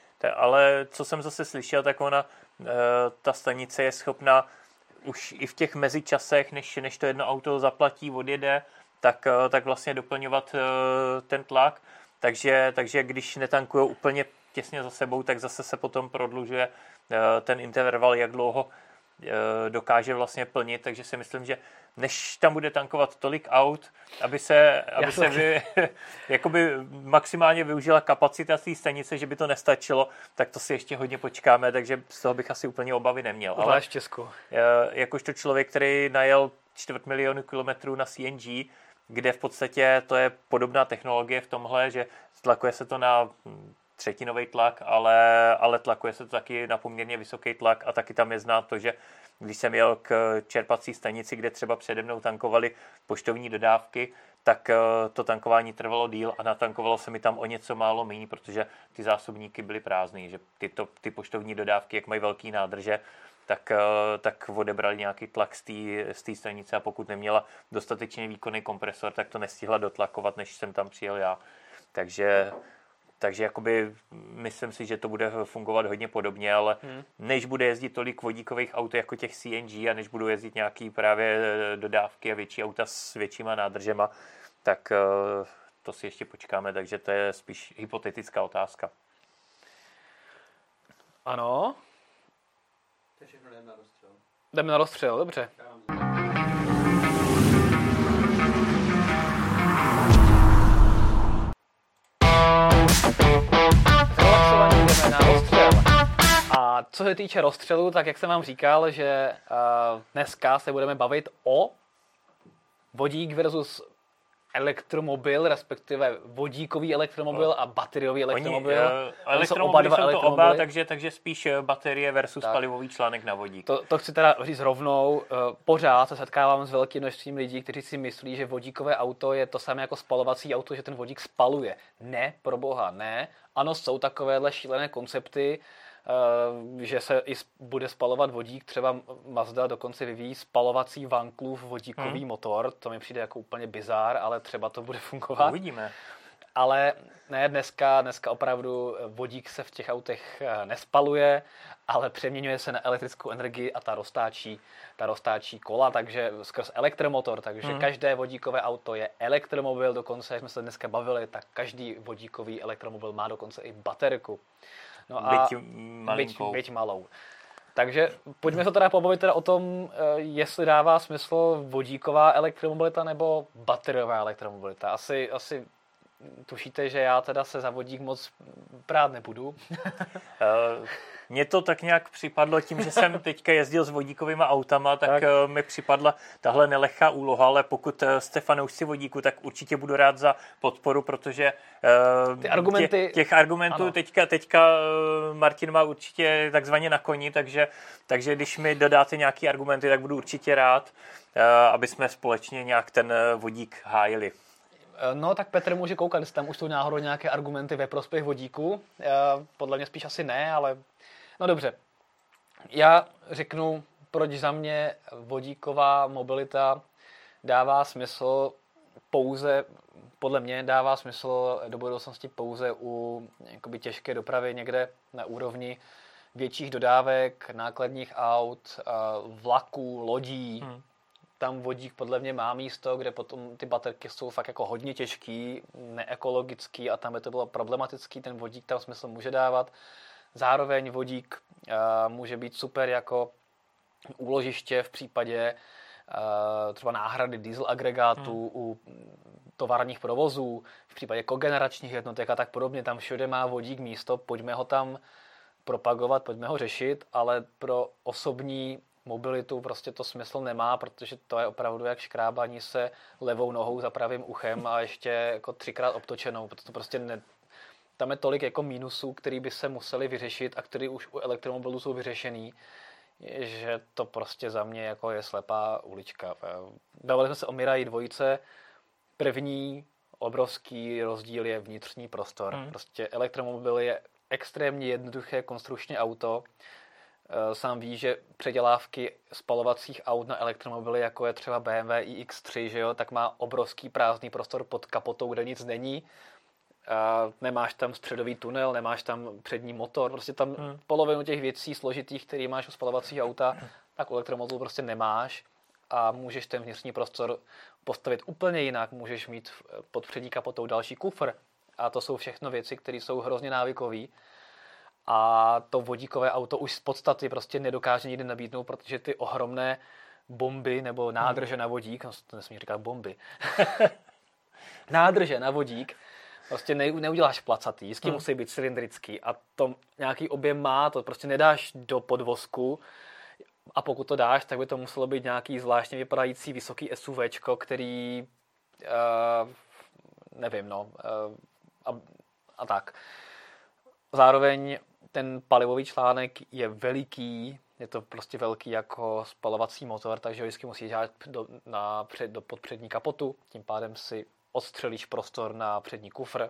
Ale co jsem zase slyšel, tak ona, ta stanice je schopna už i v těch mezičasech, než, než to jedno auto zaplatí, odjede, tak, tak vlastně doplňovat ten tlak. Takže, takže když netankujou úplně těsně za sebou, tak zase se potom prodlužuje ten interval, jak dlouho dokáže vlastně plnit. Takže si myslím, že než tam bude tankovat tolik aut, aby se, aby se vy, jakoby maximálně využila kapacita té stanice, že by to nestačilo, tak to si ještě hodně počkáme, takže z toho bych asi úplně obavy neměl. Ale v Česku. Jakožto člověk, který najel čtvrt milionu kilometrů na C N G, kde v podstatě to je podobná technologie v tomhle, že tlakuje se to na třetinový tlak, ale, ale tlakuje se to taky na poměrně vysoký tlak a taky tam je znát to, že když jsem jel k čerpací stanici, kde třeba přede mnou tankovali poštovní dodávky, tak to tankování trvalo díl a natankovalo se mi tam o něco málo méně, protože ty zásobníky byly prázdný, že ty, to, ty poštovní dodávky, jak mají velký nádrže, tak, tak odebrali nějaký tlak z té stanice a pokud neměla dostatečně výkonný kompresor, tak to nestihla dotlakovat, než jsem tam přijel já. Takže, takže jakoby myslím si, že to bude fungovat hodně podobně, ale hmm. než bude jezdit tolik vodíkových aut jako těch C N G a než budou jezdit nějaký právě dodávky a větší auta s většíma nádržema, tak to si ještě počkáme, takže to je spíš hypotetická otázka. Ano. Všechno jdeme na rozstřel. Jdeme na rozstřel, dobře. Relaxovaně jdeme na rozstřel. A co se týče rozstřelu, tak jak jsem vám říkal, že uh, dneska se budeme bavit o vodík versus elektromobil, respektive vodíkový elektromobil a bateriový elektromobil. Oni, uh, elektromobily jsou to oba, takže, takže spíš baterie versus tak. Palivový článek na vodík. To, to chci teda říct rovnou. Uh, pořád se setkávám s velkým množstvím lidí, kteří si myslí, že vodíkové auto je to samé jako spalovací auto, že ten vodík spaluje. Ne, pro boha, ne. Ano, jsou takovéhle šílené koncepty, že se i bude spalovat vodík, třeba Mazda dokonce vyvíjí spalovací Vanclův vodíkový hmm. motor, to mi přijde jako úplně bizár, ale třeba to bude fungovat. Uvidíme. Ale ne, dneska, dneska opravdu vodík se v těch autech nespaluje, ale přeměňuje se na elektrickou energii a ta roztáčí, ta roztáčí kola, takže skrz elektromotor, takže hmm. každé vodíkové auto je elektromobil, dokonce, jak jsme se dneska bavili, tak každý vodíkový elektromobil má dokonce i baterku. No a byť malinkou. Byť, byť malou. Takže pojďme se teda pobavit teda o tom, jestli dává smysl vodíková elektromobilita nebo bateriová elektromobilita. Asi, asi tušíte, že já teda se za vodík moc prát nebudu. Mně to tak nějak připadlo tím, že jsem teďka jezdil s vodíkovými autama, tak, tak mi připadla tahle nelehká úloha, ale pokud jste fanoušci vodíku, tak určitě budu rád za podporu, protože Ty argumenty, těch, těch argumentů teďka, teďka Martin má určitě takzvaně na koni, takže, takže když mi dodáte nějaké argumenty, tak budu určitě rád, aby jsme společně nějak ten vodík hájili. No, tak Petr může koukat, jestli tam už jsou náhodou nějaké argumenty ve prospěch vodíku. Podle mě spíš asi ne, ale no dobře. Já řeknu, proč za mě vodíková mobilita dává smysl pouze, podle mě dává smysl do budoucnosti pouze u jakoby těžké dopravy někde na úrovni větších dodávek, nákladních aut, vlaků, lodí. Hmm. Tam vodík podle mě má místo, kde potom ty baterky jsou fakt jako hodně těžký, neekologický a tam by to bylo problematický, ten vodík tam smysl může dávat. Zároveň vodík uh, může být super jako úložiště v případě uh, třeba náhrady diesel agregátů hmm. u továrních provozů, v případě kogeneračních jednotek a tak podobně. Tam všude má vodík místo, pojďme ho tam propagovat, pojďme ho řešit, ale pro osobní mobilitu prostě to smysl nemá, protože to je opravdu jak škrábání se levou nohou za pravým uchem a ještě jako třikrát obtočenou, protože to prostě ne... Tam je tolik jako mínusů, který by se museli vyřešit a který už u elektromobilů jsou vyřešený, že to prostě za mě jako je slepá ulička. Bavili jsme se o Mirai dvojce. První obrovský rozdíl je vnitřní prostor. Hmm. Prostě elektromobil je extrémně jednoduché konstrukčně auto. Sám ví, že předělávky spalovacích aut na elektromobily, jako je třeba bé em vé i iks tři, že jo, tak má obrovský prázdný prostor pod kapotou, kde nic není. A nemáš tam středový tunel, nemáš tam přední motor, prostě tam hmm. polovinu těch věcí složitých, které máš u spalovacích auta, tak u elektromobilu prostě nemáš a můžeš ten vnitřní prostor postavit úplně jinak, můžeš mít pod přední kapotou další kufr a to jsou všechno věci, které jsou hrozně návykové. A to vodíkové auto už z podstaty prostě nedokáže nikdy nabídnout, protože ty ohromné bomby nebo nádrže na vodík, no to nesmí říkat bomby, nádrže na vodík, prostě ne, neuděláš placatý, vždycky hmm. musí být cylindrický a to nějaký objem má, to prostě nedáš do podvozku a pokud to dáš, tak by to muselo být nějaký zvláštně vypadající vysoký SUVčko, který uh, nevím, no uh, a, a tak. Zároveň ten palivový článek je veliký, je to prostě velký jako spalovací motor, takže vždycky musíš dělat do, na před, do podpřední kapotu, tím pádem si odstřelíš prostor na přední kufr.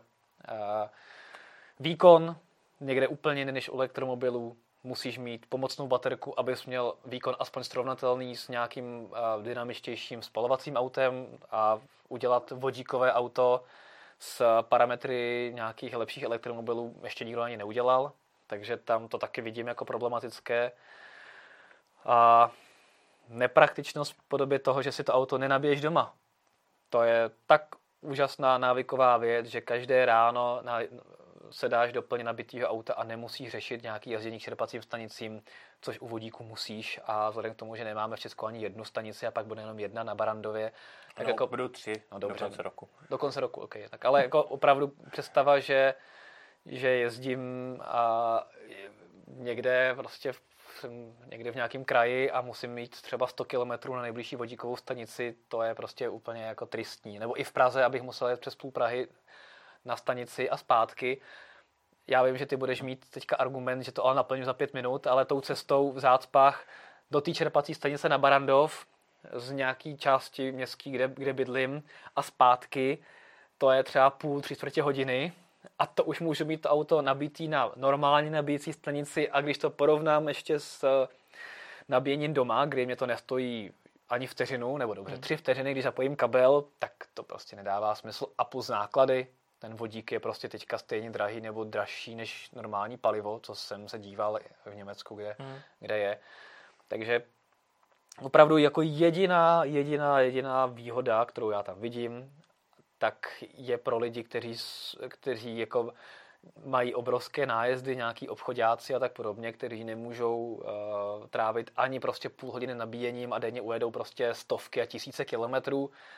Výkon někde úplně jiný než u elektromobilů, musíš mít pomocnou baterku, abys měl výkon aspoň srovnatelný s nějakým dynamičtějším spalovacím autem a udělat vodíkové auto s parametry nějakých lepších elektromobilů ještě nikdo ani neudělal, takže tam to taky vidím jako problematické. A nepraktičnost v podobě toho, že si to auto nenabiješ doma. To je tak úžasná návyková věc, že každé ráno se dáš do plně nabitého auta a nemusíš řešit nějaký jezdění k čerpacím stanicím, což u vodíku musíš a vzhledem k tomu, že nemáme v Česku ani jednu stanici a pak bude jenom jedna na Barandově. Tak no, jako budou tři no, dobře, do konce roku. Do konce roku, ok. Tak ale jako opravdu představa, že, že jezdím a někde prostě v, někde v nějakém kraji a musím mít třeba sto kilometrů na nejbližší vodíkovou stanici, to je prostě úplně jako tristní. Nebo i v Praze, abych musel jet přes půl Prahy na stanici a zpátky. Já vím, že ty budeš mít teďka argument, že to ale naplním za pět minut, ale tou cestou v zácpách do té čerpací stanice na Barandov z nějaký části městský, kde, kde bydlím a zpátky, to je třeba půl, tři čtvrtě hodiny a to už může být to auto nabitý na normální nabíjecí stanici a když to porovnám ještě s nabíjením doma, kdy mě to nestojí ani vteřinu, nebo dobře, tři vteřiny, když zapojím kabel, tak to prostě nedává smysl a plus náklady. Ten vodík je prostě teďka stejně drahý nebo dražší než normální palivo, co jsem se díval v Německu, kde, hmm. kde je. Takže opravdu jako jediná, jediná, jediná výhoda, kterou já tam vidím, tak je pro lidi, kteří, kteří jako mají obrovské nájezdy, nějaký obchodáci a tak podobně, kteří nemůžou uh, trávit ani prostě půl hodiny nabíjením a denně ujedou prostě stovky a tisíce kilometrů.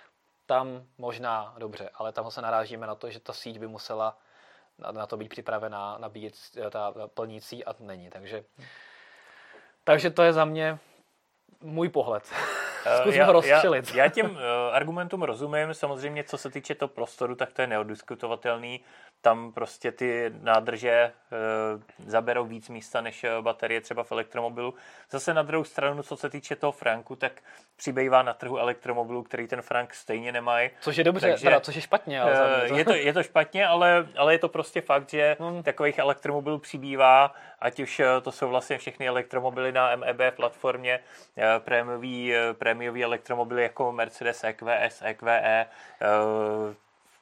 tam možná dobře, ale tam se narážíme na to, že ta síť by musela na, na to být připravená, nabíjet ta, ta plnící a to není. Takže, takže to je za mě můj pohled. Zkusme já, ho rozstřelit. Já, já těm uh, argumentům rozumím. Samozřejmě, co se týče toho prostoru, tak to je neodiskutovatelný. Tam prostě ty nádrže uh, zaberou víc místa než baterie třeba v elektromobilu. Zase na druhou stranu, co se týče toho franku, tak přibývá na trhu elektromobilů, který ten frank stejně nemají. Což je dobře, Takže, teda, což je špatně. Ale uh, to... Je, to, je to špatně, ale, ale je to prostě fakt, že hmm. takových elektromobilů přibývá, ať už to jsou vlastně všechny elektromobily na M E B platformě, uh, prémiový, uh, prémiový elektromobily jako Mercedes E Q S, E Q E, uh,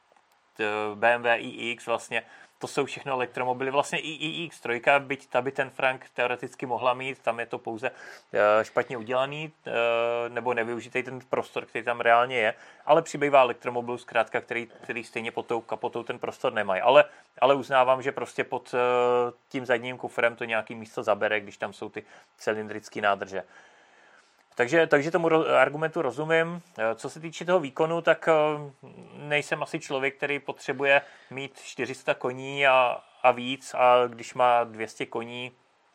B M W i X, vlastně to jsou všechno elektromobily, vlastně i i X tři, byť ta by ten frank teoreticky mohla mít, tam je to pouze špatně udělaný nebo nevyužitý ten prostor, který tam reálně je, ale přibývá elektromobilů zkrátka, který, který stejně pod tou kapotou ten prostor nemají, ale, ale uznávám, že prostě pod tím zadním kufrem to nějaký místo zabere, když tam jsou ty cylindrické nádrže. Takže, takže tomu argumentu rozumím. Co se týče toho výkonu, tak nejsem asi člověk, který potřebuje mít čtyři sta koní a, a víc, a když má dvě stě koní,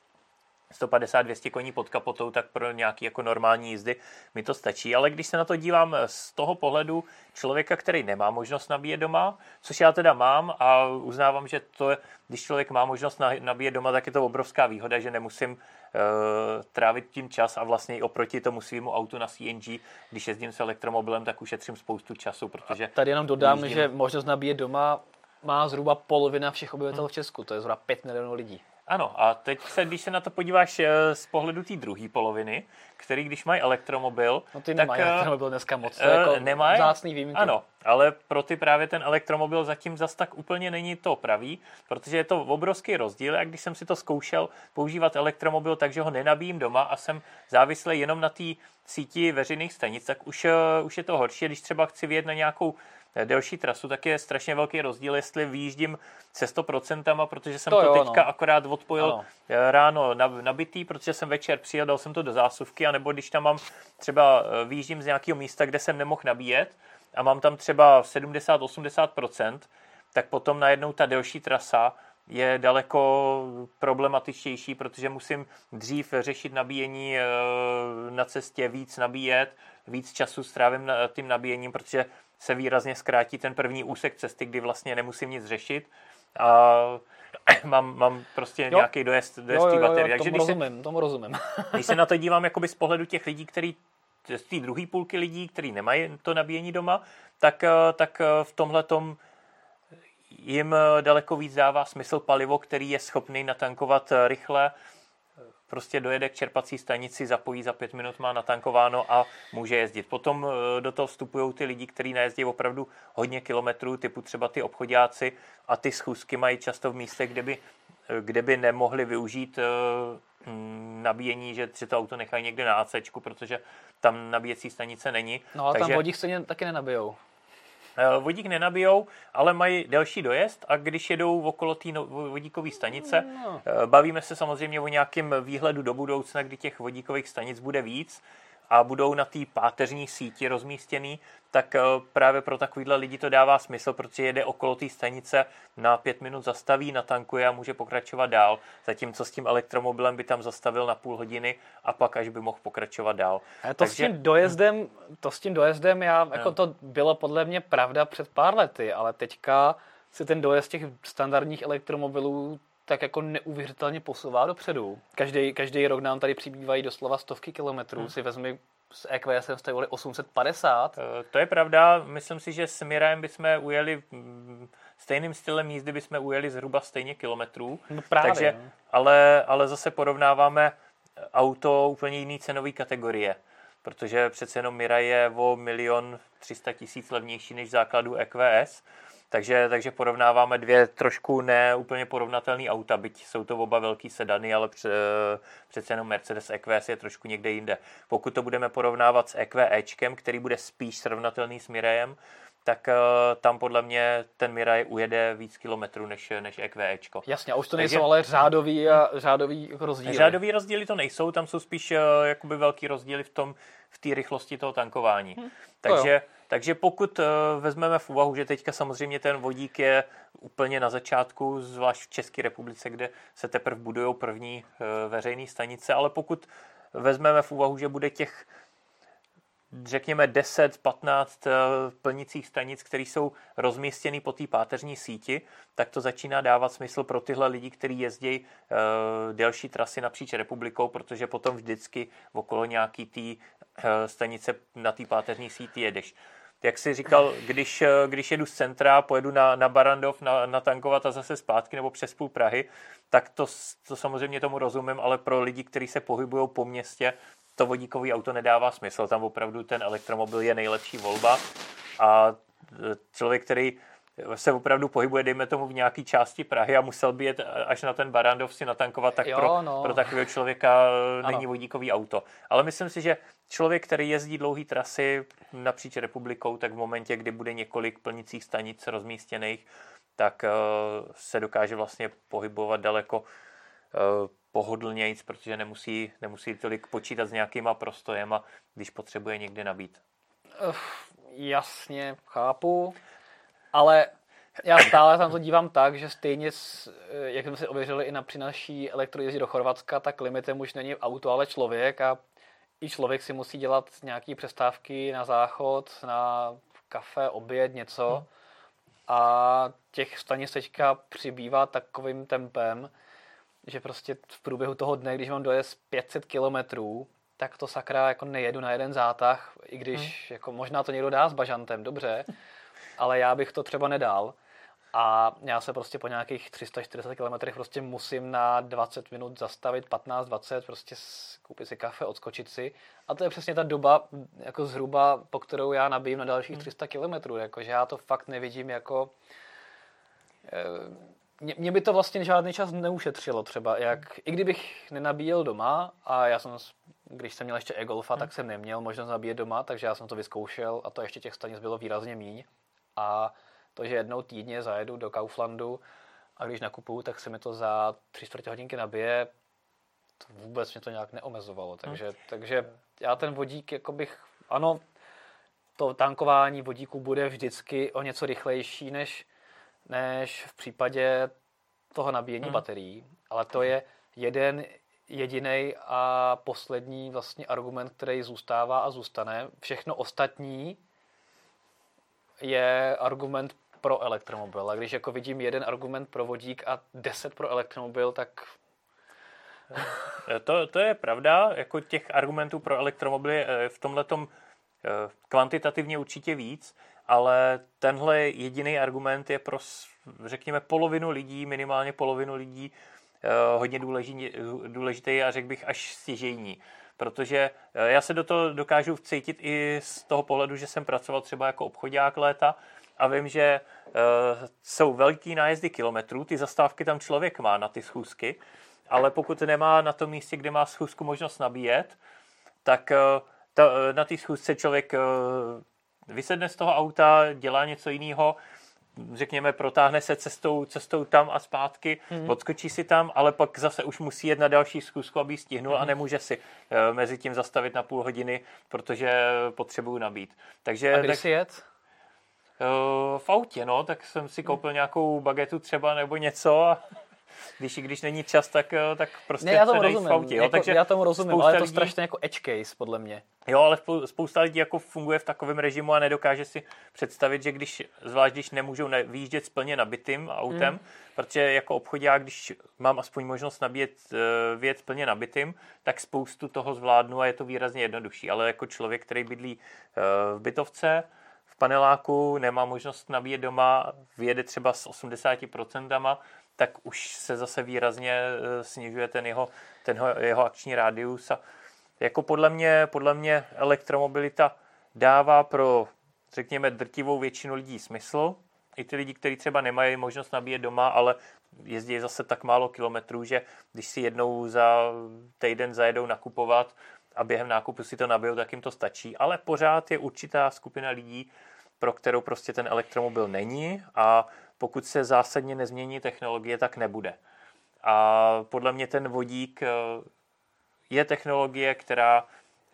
sto padesát dvě stě koní pod kapotou, tak pro nějaký jako normální jízdy mi to stačí. Ale když se na to dívám z toho pohledu člověka, který nemá možnost nabíjet doma, což já teda mám a uznávám, že to, když člověk má možnost nabíjet doma, tak je to obrovská výhoda, že nemusím uh, trávit tím čas a vlastně i oproti tomu svýmu autu na C N G, když jezdím s elektromobilem, tak ušetřím spoustu času, protože... A tady jenom dodám, jezdím... že možnost nabíjet doma má zhruba polovina všech obyvatel hmm. v Česku, to je zhruba pět milionů lidí. Ano, a teď se, když se na to podíváš z pohledu té druhé poloviny, který když mají elektromobil... No ty tak, nemají elektromobil dneska moc, to je jako nemaj, vzácný výjimky. Ano, ale pro ty právě ten elektromobil zatím zas tak úplně není to pravý, protože je to obrovský rozdíl, a když jsem si to zkoušel používat elektromobil, takže ho nenabíjím doma a jsem závislý jenom na té síti veřejných stanic, tak už, už je to horší, když třeba chci vyjet na nějakou delší trasu, tak je strašně velký rozdíl, jestli vyjíždím se sto procent, protože jsem to, to jo, teďka no. akorát odpojil ano. ráno nabitý, protože jsem večer přijel, dal jsem to do zásuvky, anebo když tam mám třeba vyjíždím z nějakého místa, kde jsem nemohl nabíjet a mám tam třeba sedmdesát až osmdesát procent, tak potom najednou ta delší trasa je daleko problematičtější, protože musím dřív řešit nabíjení na cestě, víc nabíjet, víc času strávím na tím nabíjením, protože se výrazně zkrátí ten první úsek cesty, kdy vlastně nemusím nic řešit a mám, mám prostě jo. nějaký dojezd, dojezd té baterie. Takže tomu rozumím, se, tomu rozumím. Když se na to dívám jakoby z pohledu těch lidí, který, z té druhé půlky lidí, kteří nemají to nabíjení doma, tak, tak v tomhletom jim daleko víc dává smysl palivo, který je schopný natankovat rychle, prostě dojede k čerpací stanici, zapojí, za pět minut má natankováno a může jezdit. Potom do toho vstupují ty lidi, kteří najezdí opravdu hodně kilometrů, typu třeba ty obchodáci, a ty schůzky mají často v místech, kde by, kde by nemohli využít nabíjení, že, že to auto nechají někde na ACčku, protože tam nabíjecí stanice není. No a takže... tam vodík se taky nenabijou. Vodík nenabijou, ale mají delší dojezd, a když jedou okolo té vodíkové stanice, no. bavíme se samozřejmě o nějakém výhledu do budoucna, kdy těch vodíkových stanic bude víc a budou na té páteřní síti rozmístěný, tak právě pro takovýhle lidi to dává smysl, protože jede okolo té stanice, na pět minut zastaví, natankuje a může pokračovat dál, zatímco s tím elektromobilem by tam zastavil na půl hodiny a pak až by mohl pokračovat dál. A to, Takže... s tím dojezdem, to s tím dojezdem, já, jako to bylo podle mě pravda před pár lety, ale teďka si ten dojezd těch standardních elektromobilů tak jako neuvěřitelně posouvá dopředu. Každý, každý rok nám tady přibývají doslova stovky kilometrů. Hmm. Si vezmi s E Q S em jste jeli osm set padesát. To je pravda. Myslím si, že s Mirajem bychom ujeli stejným stylem jízdy bychom ujeli zhruba stejně kilometrů. No právě. Takže, ale, ale zase porovnáváme auto úplně jiný cenový kategorie. Protože přece jenom Mirai je o milion tři sta tisíc levnější než základu E Q S. Takže, takže porovnáváme dvě trošku neúplně porovnatelné auta, byť jsou to oba velký sedany, ale pře, přece jenom Mercedes E Q S je trošku někde jinde. Pokud to budeme porovnávat s EQEčkem, který bude spíš srovnatelný s Miraiem, tak tam podle mě ten Mirai ujede víc kilometrů než, než EQEčko. Jasně, a už to nejsou Takže, ale řádový, a, řádový rozdíly. Řádový rozdíly to nejsou, tam jsou spíš jakoby velký rozdíly v tom, v té rychlosti toho tankování. Hmm. Takže, takže pokud vezmeme v úvahu, že teďka samozřejmě ten vodík je úplně na začátku, zvlášť v České republice, kde se teprve budujou první veřejné stanice, ale pokud vezmeme v úvahu, že bude těch řekněme deset patnáct plnicích stanic, které jsou rozmístěny po té páteřní síti, tak to začíná dávat smysl pro tyhle lidi, kteří jezdí uh, delší trasy napříč republikou, protože potom vždycky okolo nějaký té uh, stanice na té páteřní síti jedeš. Jak jsi říkal, když, když jedu z centra, pojedu na, na Barrandov na, natankovat a zase zpátky nebo přes půl Prahy, tak to, to samozřejmě tomu rozumím, ale pro lidi, kteří se pohybují po městě, to vodíkový auto nedává smysl. Tam opravdu ten elektromobil je nejlepší volba a člověk, který se opravdu pohybuje, dejme tomu v nějaké části Prahy a musel by jet až na ten Barrandov si natankovat, tak jo, pro, no. pro takového člověka není ano. vodíkový auto. Ale myslím si, že člověk, který jezdí dlouhé trasy napříč republikou, tak v momentě, kdy bude několik plnicích stanic rozmístěných, tak uh, se dokáže vlastně pohybovat daleko uh, pohodlnějc, protože nemusí, nemusí tolik počítat s nějakýma prostojema, když potřebuje někde nabít. Uh, jasně, chápu. Ale já stále tam to dívám tak, že stejně, jak jsme si ověřili i na při naší elektrojezdě do Chorvatska, tak limitem už není auto, ale člověk a i člověk si musí dělat nějaké přestávky na záchod, na kafe, oběd, něco. Hmm. A těch stanic teďka přibývá takovým tempem, že prostě v průběhu toho dne, když mám dojezd pět set kilometrů, tak to sakra jako nejedu na jeden zátah, i když hmm. jako možná to někdo dá s bažantem, dobře, ale já bych to třeba nedal. A já se prostě po nějakých tři sta čtyřicet kilometrech prostě musím na dvacet minut zastavit, patnáct dvacet, prostě koupit si kafe, odskočit si. A to je přesně ta doba, jako zhruba, po kterou já nabijím na dalších tři sta kilometrů. Jakože já to fakt nevidím jako... Mě, mě by to vlastně žádný čas neušetřilo třeba. Jak, i kdybych nenabíjel doma, a já jsem, když jsem měl ještě e-golfa, tak jsem neměl možnost nabíjet doma, takže já jsem to vyzkoušel a to ještě těch stanic bylo výrazně míň. A to, že jednou týdně zajedu do Kauflandu a když nakupuju, tak se mi to za tři čtvrtě hodinky nabije, to vůbec mě to nějak neomezovalo. Takže, hmm. takže já ten vodík, jako bych, ano, to tankování vodíku bude vždycky o něco rychlejší, než, než v případě toho nabíjení hmm. baterií. Ale to je jeden jediný a poslední vlastně argument, který zůstává a zůstane. Všechno ostatní je argument pro elektromobil. A když jako vidím jeden argument pro vodík a deset pro elektromobil, tak... To, to je pravda. Jako těch argumentů pro elektromobil je v tomhletom kvantitativně určitě víc, ale tenhle jediný argument je pro, řekněme, polovinu lidí, minimálně polovinu lidí hodně důležitý, důležitý a řekl bych až stěžejní. Protože já se do toho dokážu vcítit i z toho pohledu, že jsem pracoval třeba jako obchodák léta a vím, že uh, jsou velký nájezdy kilometrů, ty zastávky tam člověk má na ty schůzky, ale pokud nemá na tom místě, kde má schůzku možnost nabíjet, tak uh, ta, na té schůzce člověk uh, vysedne z toho auta, dělá něco jiného, řekněme, protáhne se cestou, cestou tam a zpátky, mm. odskočí si tam, ale pak zase už musí jet na další schůzku, aby ji stihnul mm. a nemůže si uh, mezi tím zastavit na půl hodiny, protože potřebuju nabít. Takže, a kdy tak, si jet? Uh, v autě, no, tak jsem si koupil mm. nějakou bagetu třeba nebo něco a když, když není čas, tak, tak prostě ne, já tomu se rozumím. v autě. Jo? Jako, Takže já tomu rozumím, ale je to lidí... strašně jako edge case, podle mě. Jo, ale spousta lidí jako funguje v takovém režimu a nedokáže si představit, že když, zvlášť když nemůžou vyjíždět s plně nabitým autem, mm. protože jako obchodák, když mám aspoň možnost nabíjet, vyjet plně nabitým, tak spoustu toho zvládnu a je to výrazně jednodušší. Ale jako člověk, který bydlí v bytovce, v paneláku, nemá možnost nabíjet doma, vyjede třeba s osmdesáti procenty, tak už se zase výrazně snižuje ten jeho, ten jeho akční rádius. A jako podle mě, podle mě elektromobilita dává pro, řekněme, drtivou většinu lidí smysl. I ty lidi, kteří třeba nemají možnost nabíjet doma, ale jezdí zase tak málo kilometrů, že když si jednou za týden zajedou nakupovat a během nákupu si to nabijou, tak jim to stačí. Ale pořád je určitá skupina lidí, pro kterou prostě ten elektromobil není a pokud se zásadně nezmění technologie, tak nebude. A podle mě ten vodík je technologie, která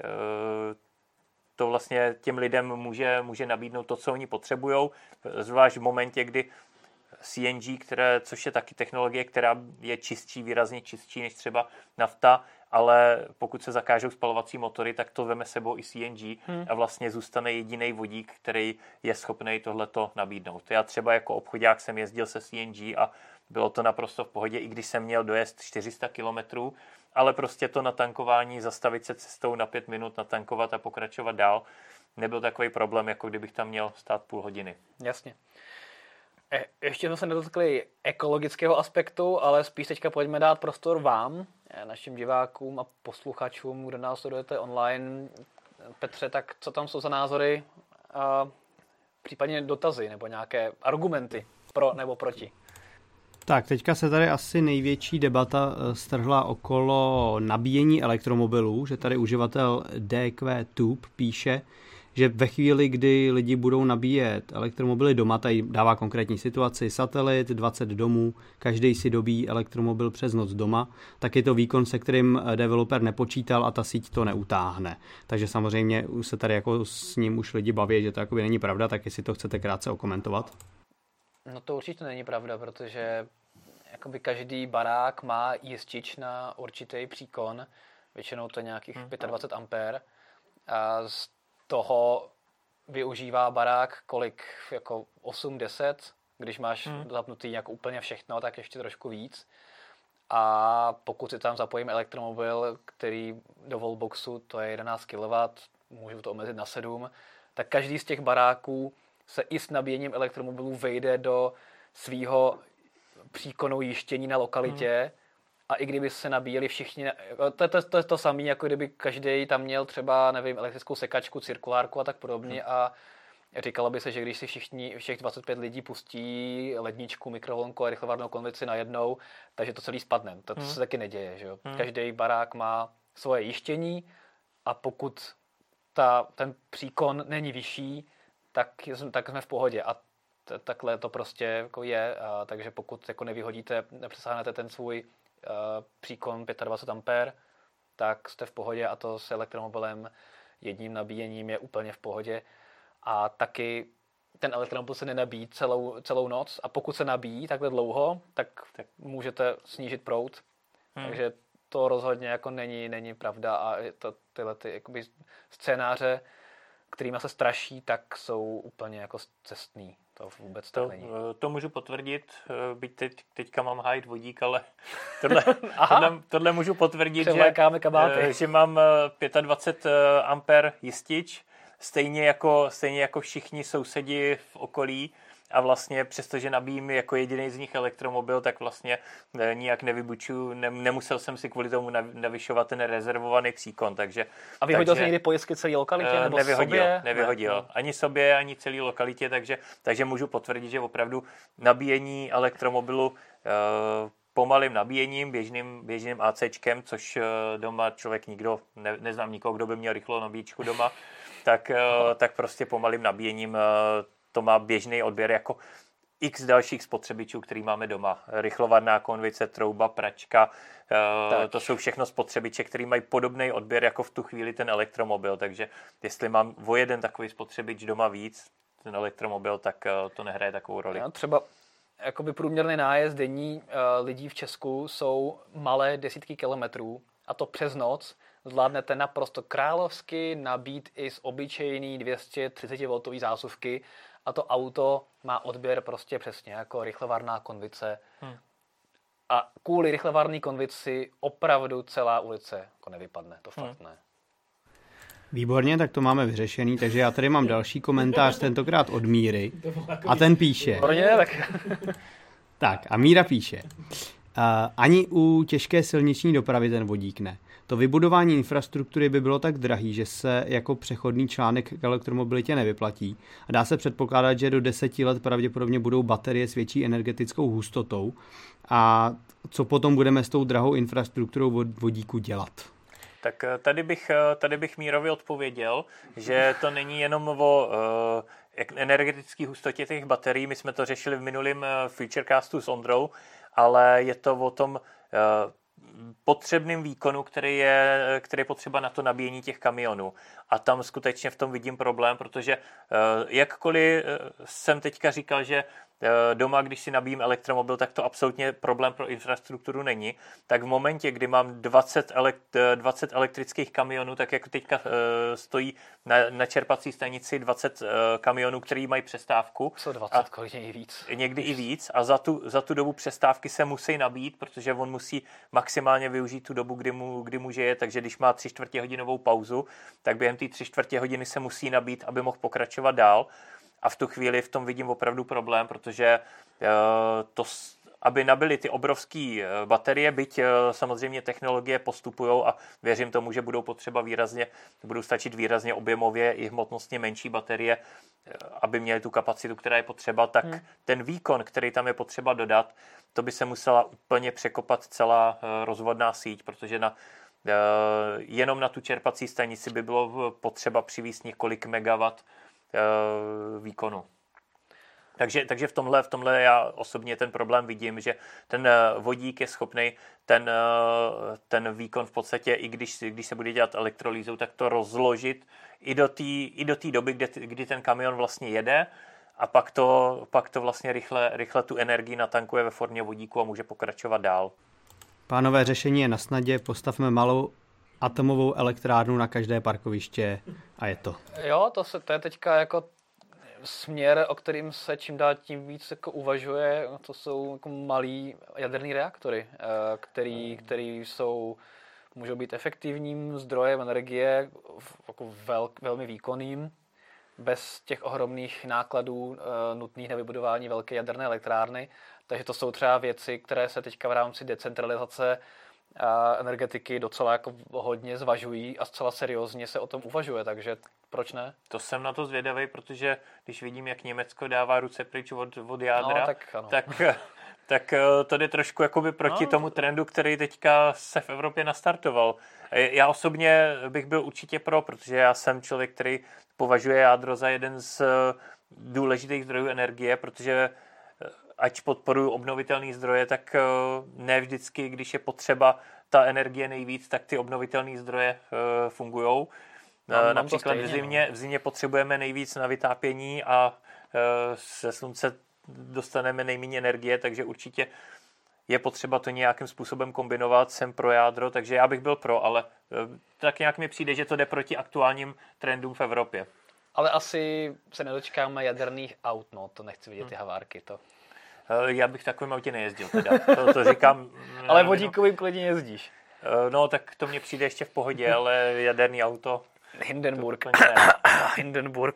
to vlastně těm lidem může, může nabídnout to, co oni potřebujou, zvlášť v momentě, kdy C N G, které, což je taky technologie, která je čistší, výrazně čistší než třeba nafta, ale pokud se zakážou spalovací motory, tak to veme sebou i C N G hmm. a vlastně zůstane jediný vodík, který je schopný tohleto nabídnout. Já třeba jako obchodák jsem jezdil se C N G a bylo to naprosto v pohodě, i když jsem měl dojezd čtyři sta kilometrů, ale prostě to natankování, zastavit se cestou na pět minut, natankovat a pokračovat dál, nebyl takový problém, jako kdybych tam měl stát půl hodiny. Jasně. Je, ještě jsme se nedotkli ekologického aspektu, ale spíš teďka pojďme dát prostor vám, našim divákům a posluchačům, kdo nás sledujete online. Petře, tak co tam jsou za názory a případně dotazy nebo nějaké argumenty pro nebo proti? Tak, teďka se tady asi největší debata strhla okolo nabíjení elektromobilů, že tady uživatel D Q Tube píše, že ve chvíli, kdy lidi budou nabíjet elektromobily doma, tady dává konkrétní situaci, satelit, dvacet domů, každý si dobíjí elektromobil přes noc doma, tak je to výkon, se kterým developer nepočítal a ta síť to neutáhne. Takže samozřejmě se tady jako s ním už lidi baví, že to jakoby není pravda, tak jestli to chcete krátce okomentovat. No to určitě není pravda, protože jakoby každý barák má jistič na určitý příkon, většinou to je nějakých hmm. dvacet pět ampér a z toho využívá barák kolik, jako osm deset, když máš hmm. zapnutý nějak úplně všechno, tak ještě trošku víc. A pokud si tam zapojím elektromobil, který do wallboxu, to je jedenáct kilowattů, můžu to omezit na sedm, tak každý z těch baráků se i s nabíjením elektromobilů vejde do svýho příkonu jištění na lokalitě. Hmm. A i kdyby se nabíjeli všichni, to je to, to, to samé, jako kdyby každý tam měl třeba, nevím, elektrickou sekačku, cirkulárku a tak podobně hmm. a říkalo by se, že když si všichni, všech dvacet pět lidí pustí ledničku, mikrovlnku a rychlovarnou konvici najednou, takže to celý spadne. To, to hmm. se taky neděje, že jo. Hmm. Každý barák má svoje jištění a pokud ta, ten příkon není vyšší, tak, tak jsme v pohodě a t- takhle to prostě jako je, a takže pokud jako nevyhodíte, nepřesáhnete ten svůj Uh, příkon dvacet pět ampér, tak jste v pohodě a to s elektromobilem jedním nabíjením je úplně v pohodě. A taky ten elektromobil se nenabíjí celou, celou noc a pokud se nabíjí takhle dlouho, tak, tak můžete snížit proud. Hmm. Takže to rozhodně jako není, není pravda a to, tyhle ty jakoby scénáře, kterými se straší, tak jsou úplně jako cestný. To vůbec to, tak není. To můžu potvrdit, byť teď, teďka mám hájit vodík, ale tohle, tohle, tohle můžu potvrdit, že, že mám dvacet pět ampér jistič, stejně jako, stejně jako všichni sousedi v okolí a vlastně přestože nabíjím jako jediný z nich elektromobil, tak vlastně nijak nevybučuju, ne, nemusel jsem si kvůli tomu navyšovat ten rezervovaný příkon, takže... A vyhodil jsi někdy pojistky celé lokalitě nebo nevyhodil, sobě? Nevyhodil, ne. Ani sobě, ani celé lokalitě, takže, takže můžu potvrdit, že opravdu nabíjení elektromobilu e, pomalým nabíjením, běžným, běžným ACčkem, což doma člověk nikdo, ne, neznám nikoho, kdo by měl rychlou nabíječku doma, tak, e, tak prostě pomalým nabíjením e, to má běžný odběr jako x dalších spotřebičů, který máme doma. Rychlovarná konvice, trouba, pračka, tak. To jsou všechno spotřebiče, který mají podobný odběr jako v tu chvíli ten elektromobil, takže jestli mám o jeden takový spotřebič doma víc, ten elektromobil, tak to nehraje takovou roli. Já třeba jakoby průměrný nájezd denní uh, lidí v Česku jsou malé desítky kilometrů a to přes noc zvládnete naprosto královsky nabít i z obyčejný dvě stě třicet voltový zásuvky a to auto má odběr prostě přesně jako rychlovarná konvice. Hmm. A kvůli rychlovarné konvici opravdu celá ulice jako nevypadne, to fakt hmm. ne. Výborně, tak to máme vyřešený, takže já tady mám další komentář, tentokrát od Míry a ten píše. Výborně, tak. Tak a Míra píše. Uh, ani u těžké silniční dopravy ten vodík ne. To vybudování infrastruktury by bylo tak drahý, že se jako přechodný článek k elektromobilitě nevyplatí. A dá se předpokládat, že do deseti let pravděpodobně budou baterie s větší energetickou hustotou. A co potom budeme s tou drahou infrastrukturou vodíku dělat? Tak tady bych, tady bych Mírovi odpověděl, že to není jenom o energetické hustotě těch baterií. My jsme to řešili v minulém Futurecastu s Ondrou, ale je to o tom potřebným výkonu, který je, který je potřeba na to nabíjení těch kamionů. A tam skutečně v tom vidím problém, protože jakkoliv jsem teďka říkal, že doma, když si nabíjím elektromobil, tak to absolutně problém pro infrastrukturu není. Tak v momentě, kdy mám dvacet, elekt- dvacet elektrických kamionů, tak jako teďka stojí na, na čerpací stanici dvacet kamionů, který mají přestávku. Co dvacet, kolik i víc. Někdy i víc. A za tu, za tu dobu přestávky se musí nabít, protože on musí maximálně využít tu dobu, kdy, mu, kdy může jet. Takže když má tři čtvrtě hodinovou pauzu, tak během té tři čtvrtě hodiny se musí nabít, aby mohl pokračovat dál. A v tu chvíli v tom vidím opravdu problém, protože to, aby nabili ty obrovské baterie, byť samozřejmě technologie postupujou a věřím tomu, že budou potřeba výrazně, budou stačit výrazně objemově i hmotnostně menší baterie, aby měly tu kapacitu, která je potřeba, tak hmm. ten výkon, který tam je potřeba dodat, to by se musela úplně překopat celá rozvodná síť, protože na jenom na tu čerpací stanici by bylo potřeba přivést několik megawatt výkonu. Takže, takže v tomhle, v tomhle já osobně ten problém vidím, že ten vodík je schopný ten, ten výkon v podstatě, i když, když se bude dělat elektrolýzou, tak to rozložit i do té i do té doby, kdy, kdy ten kamion vlastně jede a pak to, pak to vlastně rychle, rychle tu energii natankuje ve formě vodíku a může pokračovat dál. Pánové, řešení je na snadě, postavme malou atomovou elektrárnu na každé parkoviště a je to. Jo, to, se, to je teďka jako směr, o kterým se čím dál tím víc jako uvažuje. To jsou jako malý jaderný reaktory, který, který jsou, můžou být efektivním zdrojem energie, jako vel, velmi výkonným, bez těch ohromných nákladů nutných na vybudování velké jaderné elektrárny. Takže to jsou třeba věci, které se teďka v rámci decentralizace a energetiky docela jako hodně zvažují a zcela seriózně se o tom uvažuje, takže proč ne? To jsem na to zvědavý, protože když vidím, jak Německo dává ruce pryč od, od jádra, no, tak, tak, tak to jde trošku jakoby proti no. tomu trendu, který teďka se v Evropě nastartoval. Já osobně bych byl určitě pro, protože já jsem člověk, který považuje jádro za jeden z důležitých zdrojů energie, protože ať podporuji obnovitelné zdroje, tak ne vždycky, když je potřeba ta energie nejvíc, tak ty obnovitelné zdroje fungujou. Mám, Například mám v, zimě, v zimě potřebujeme nejvíc na vytápění a ze slunce dostaneme nejméně energie, takže určitě je potřeba to nějakým způsobem kombinovat. Jsem pro jádro, takže já bych byl pro, ale tak nějak mi přijde, že to jde proti aktuálním trendům v Evropě. Ale asi se nedočkáme jaderných aut, no, to nechci vidět ty havárky, to. Já bych takovým autě nejezdil teda, to, to říkám. Ale vodíkovým klidně jezdíš. No, tak to mně přijde ještě v pohodě, ale jaderný auto... Hindenburg. Hindenburg.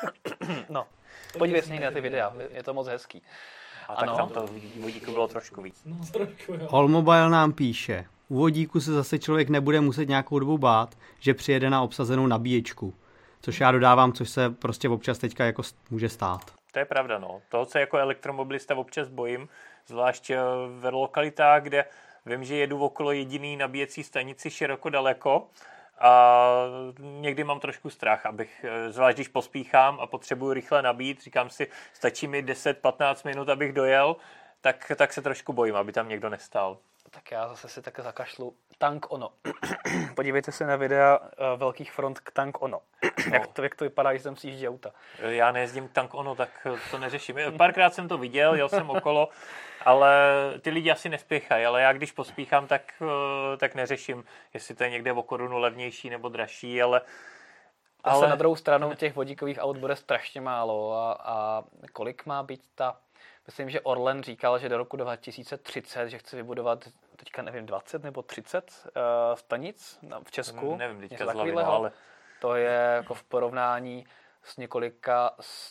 No, podívej se někdy na ty videa, je to moc hezký. A tak ano. Tam to vodíku bylo trošku víc. Allmobile nám píše, u vodíku se zase člověk nebude muset nějakou dobu bát, že přijede na obsazenou nabíječku. Což já dodávám, což se prostě občas teďka jako může stát. To je pravda, no. Toho se jako elektromobilista občas bojím, zvlášť v lokalitách, kde vím, že jedu okolo jediný nabíjecí stanici široko daleko a někdy mám trošku strach, abych, zvlášť když pospíchám a potřebuji rychle nabít, říkám si, stačí mi deset patnáct minut, abych dojel, tak, tak se trošku bojím, aby tam někdo nestál. Tak já zase si také zakašlu. Tank ono. Podívejte se na videa uh, velkých front k Tank ono. jak, to, jak to vypadá, když tam si jíždí auta. Já nejezdím Tank ono, tak to neřeším. Párkrát jsem to viděl, jel jsem okolo, ale ty lidi asi nespěchají, ale já když pospíchám, tak, uh, tak neřeším, jestli to je někde o korunu levnější nebo dražší, ale... ale... Zase na druhou stranu těch vodíkových aut bude strašně málo a, a kolik má být ta... Myslím, že Orlen říkal, že do roku dva tisíce třicet, že chce vybudovat teďka nevím, dvacet nebo třicet uh, stanic v Česku. Nevím, teďka z hlavy, no, ale... To je jako v porovnání s několika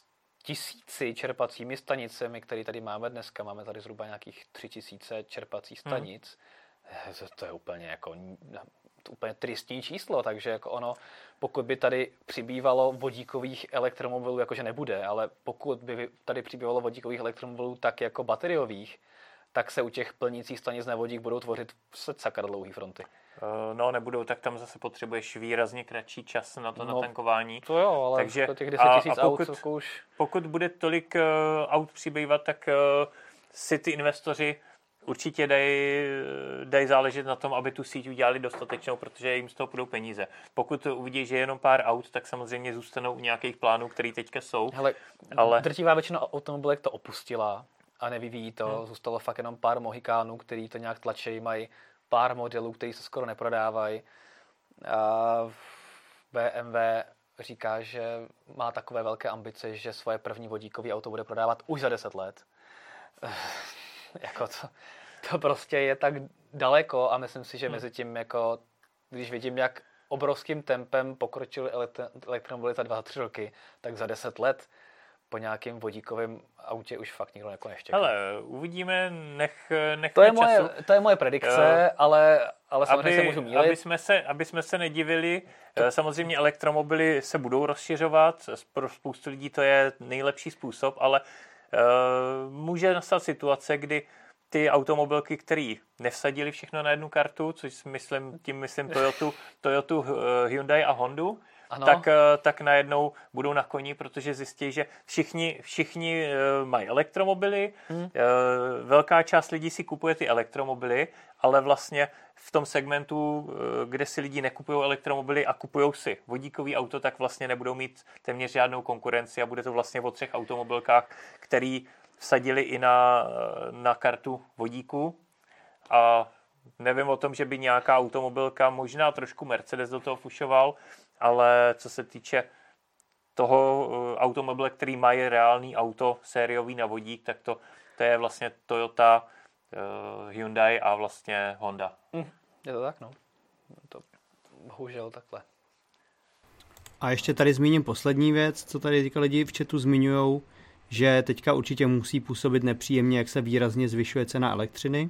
tisíci čerpacími stanicemi, které tady máme dneska. Máme tady zhruba nějakých tři tisíce čerpacích stanic. Hmm. To je úplně jako... To úplně tristní číslo, takže jako ono, pokud by tady přibývalo vodíkových elektromobilů, jakože nebude, ale pokud by tady přibývalo vodíkových elektromobilů tak jako bateriových, tak se u těch plnících stanic na vodík budou tvořit sakra dlouhý fronty. No, nebudou, tak tam zase potřebuješ výrazně kratší čas na to No, natankování. To jo, ale Takže, těch deset tisíc aut, pokud, už... pokud bude tolik uh, aut přibývat, tak uh, si ty investoři určitě dají daj záležet na tom, aby tu síť udělali dostatečnou, protože jim z toho půjdou peníze. Pokud uvidí, že je jenom pár aut, tak samozřejmě zůstanou u nějakých plánů, které teďka jsou. Hele, ale drtivá většina automobilek to opustila a nevyvíjí to. Hmm. Zůstalo fakt jenom pár mohikánů, který to nějak tlačí, mají pár modelů, který se skoro neprodávají. A bé em vé říká, že má takové velké ambice, že svoje první vodíkové auto bude prodávat už za deset let. jako to, to prostě je tak daleko a myslím si, že mezi tím, jako, když vidím, jak obrovským tempem pokročily elektromobily za dva, tři roky, tak za deset let po nějakém vodíkovém autě už fakt nikdo jako neštěká. Hele, uvidíme, nech, nech to je času. Moje, to je moje predikce, uh, ale, ale samozřejmě aby, se můžu mýlit. Aby jsme se, aby jsme se nedivili, to... samozřejmě elektromobily se budou rozšiřovat, pro spoustu lidí to je nejlepší způsob, ale uh, může nastat situace, kdy ty automobilky, které nevsadili všechno na jednu kartu, což myslím, tím myslím Toyotu, Toyotu, Hyundai a Hondu, tak, tak najednou budou na koni, protože zjistí, že všichni, všichni mají elektromobily, hmm. velká část lidí si kupuje ty elektromobily, ale vlastně v tom segmentu, kde si lidi nekupují elektromobily a kupují si vodíkový auto, tak vlastně nebudou mít téměř žádnou konkurenci a bude to vlastně o třech automobilkách, který vsadili i na, na kartu vodíku a nevím o tom, že by nějaká automobilka, možná trošku Mercedes do toho fušoval, ale co se týče toho automobile, který mají reálný auto sériový na vodík, tak to, to je vlastně Toyota, Hyundai a vlastně Honda. Mm, je to tak, no. To bohužel takhle. A ještě tady zmíním poslední věc, co tady teďka lidi v chatu zmiňujou, že teďka určitě musí působit nepříjemně, jak se výrazně zvyšuje cena elektřiny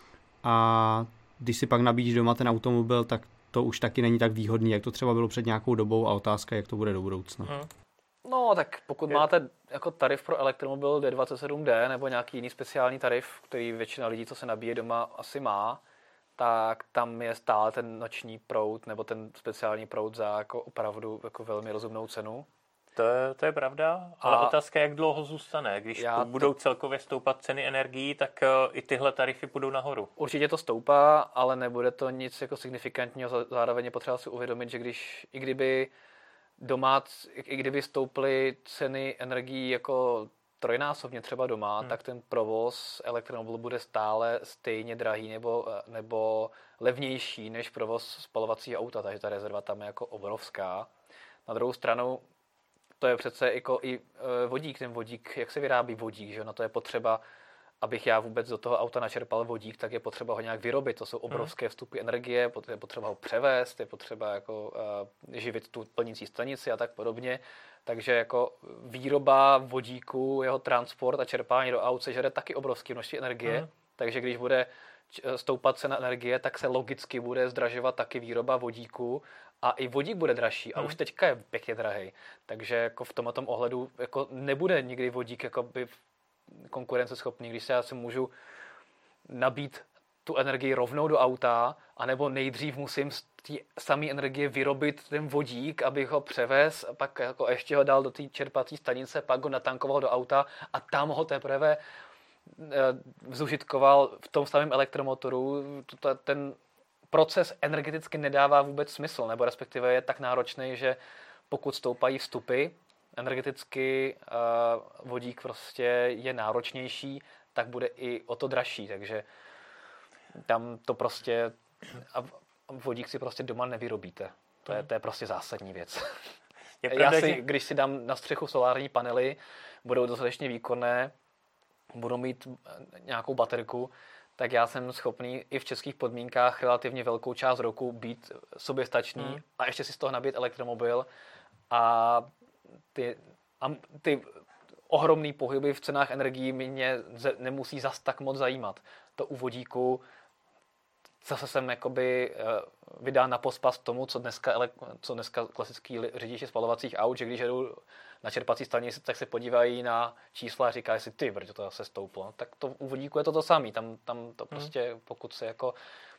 a když si pak nabíjíš doma ten automobil, tak to už taky není tak výhodný, jak to třeba bylo před nějakou dobou a otázka, jak to bude do budoucna. Hmm. No, tak pokud je. máte jako tarif pro elektromobil D dvacet sedm D nebo nějaký jiný speciální tarif, který většina lidí, co se nabíje doma, asi má, tak tam je stále ten noční proud nebo ten speciální proud za jako opravdu jako velmi rozumnou cenu. To je, to je pravda, ale a otázka, jak dlouho zůstane. Když budou to... celkově stoupat ceny energií, tak uh, i tyhle tarify půjdou nahoru. Určitě to stoupá, ale nebude to nic jako signifikantního. Zároveň je potřeba si uvědomit, že když, i kdyby domác, i kdyby stouply ceny energií jako trojnásobně třeba doma, hmm. tak ten provoz elektromobilu bude stále stejně drahý nebo, nebo levnější než provoz spalovacího auta, takže ta rezerva tam je jako obrovská. Na druhou stranu to je přece jako i vodík, ten vodík, jak se vyrábí vodík, že na to je potřeba, abych já vůbec do toho auta načerpal vodík, tak je potřeba ho nějak vyrobit, to jsou obrovské vstupy energie, je potřeba ho převést, je potřeba jako uh, živit tu plnící stanici a tak podobně, takže jako výroba vodíku, jeho transport a čerpání do aut se žere taky obrovské množství energie, mm. takže když bude stoupat cena energie, tak se logicky bude zdražovat taky výroba vodíku a i vodík bude dražší a hmm. už teďka je pěkně drahý. Takže jako v tomhle ohledu jako nebude nikdy vodík jakoby konkurenceschopný, když se já si můžu nabít tu energii rovnou do auta, anebo nejdřív musím z té samé energie vyrobit ten vodík, abych ho převez a pak jako ještě ho dal do té čerpací stanice, pak ho natankoval do auta a tam ho teprve zužitkoval v tom samém elektromotoru. Ten proces energeticky nedává vůbec smysl, nebo respektive je tak náročný, že pokud stoupají vstupy, energeticky vodík prostě je náročnější, tak bude i o to dražší, takže tam to prostě a vodík si prostě doma nevyrobíte. To je, to je prostě zásadní věc. Je pravda, Já si, že... když si dám na střechu solární panely, budou dostatečně výkonné, budou mít nějakou baterku, tak já jsem schopný i v českých podmínkách relativně velkou část roku být soběstačný hmm. a ještě si z toho nabít elektromobil a ty, a ty ohromný pohyby v cenách energií mě nemusí zas tak moc zajímat. To u vodíku zase jsem jakoby vydá na pospas tomu, co dneska, co dneska klasický řidiči spalovacích aut, že když jedou na čerpací stanici, tak se podívají na čísla a říkají si, ty, protože to zase stouplo. Tak to u vodíku je to to samé. Tam, tam to prostě, pokud se jako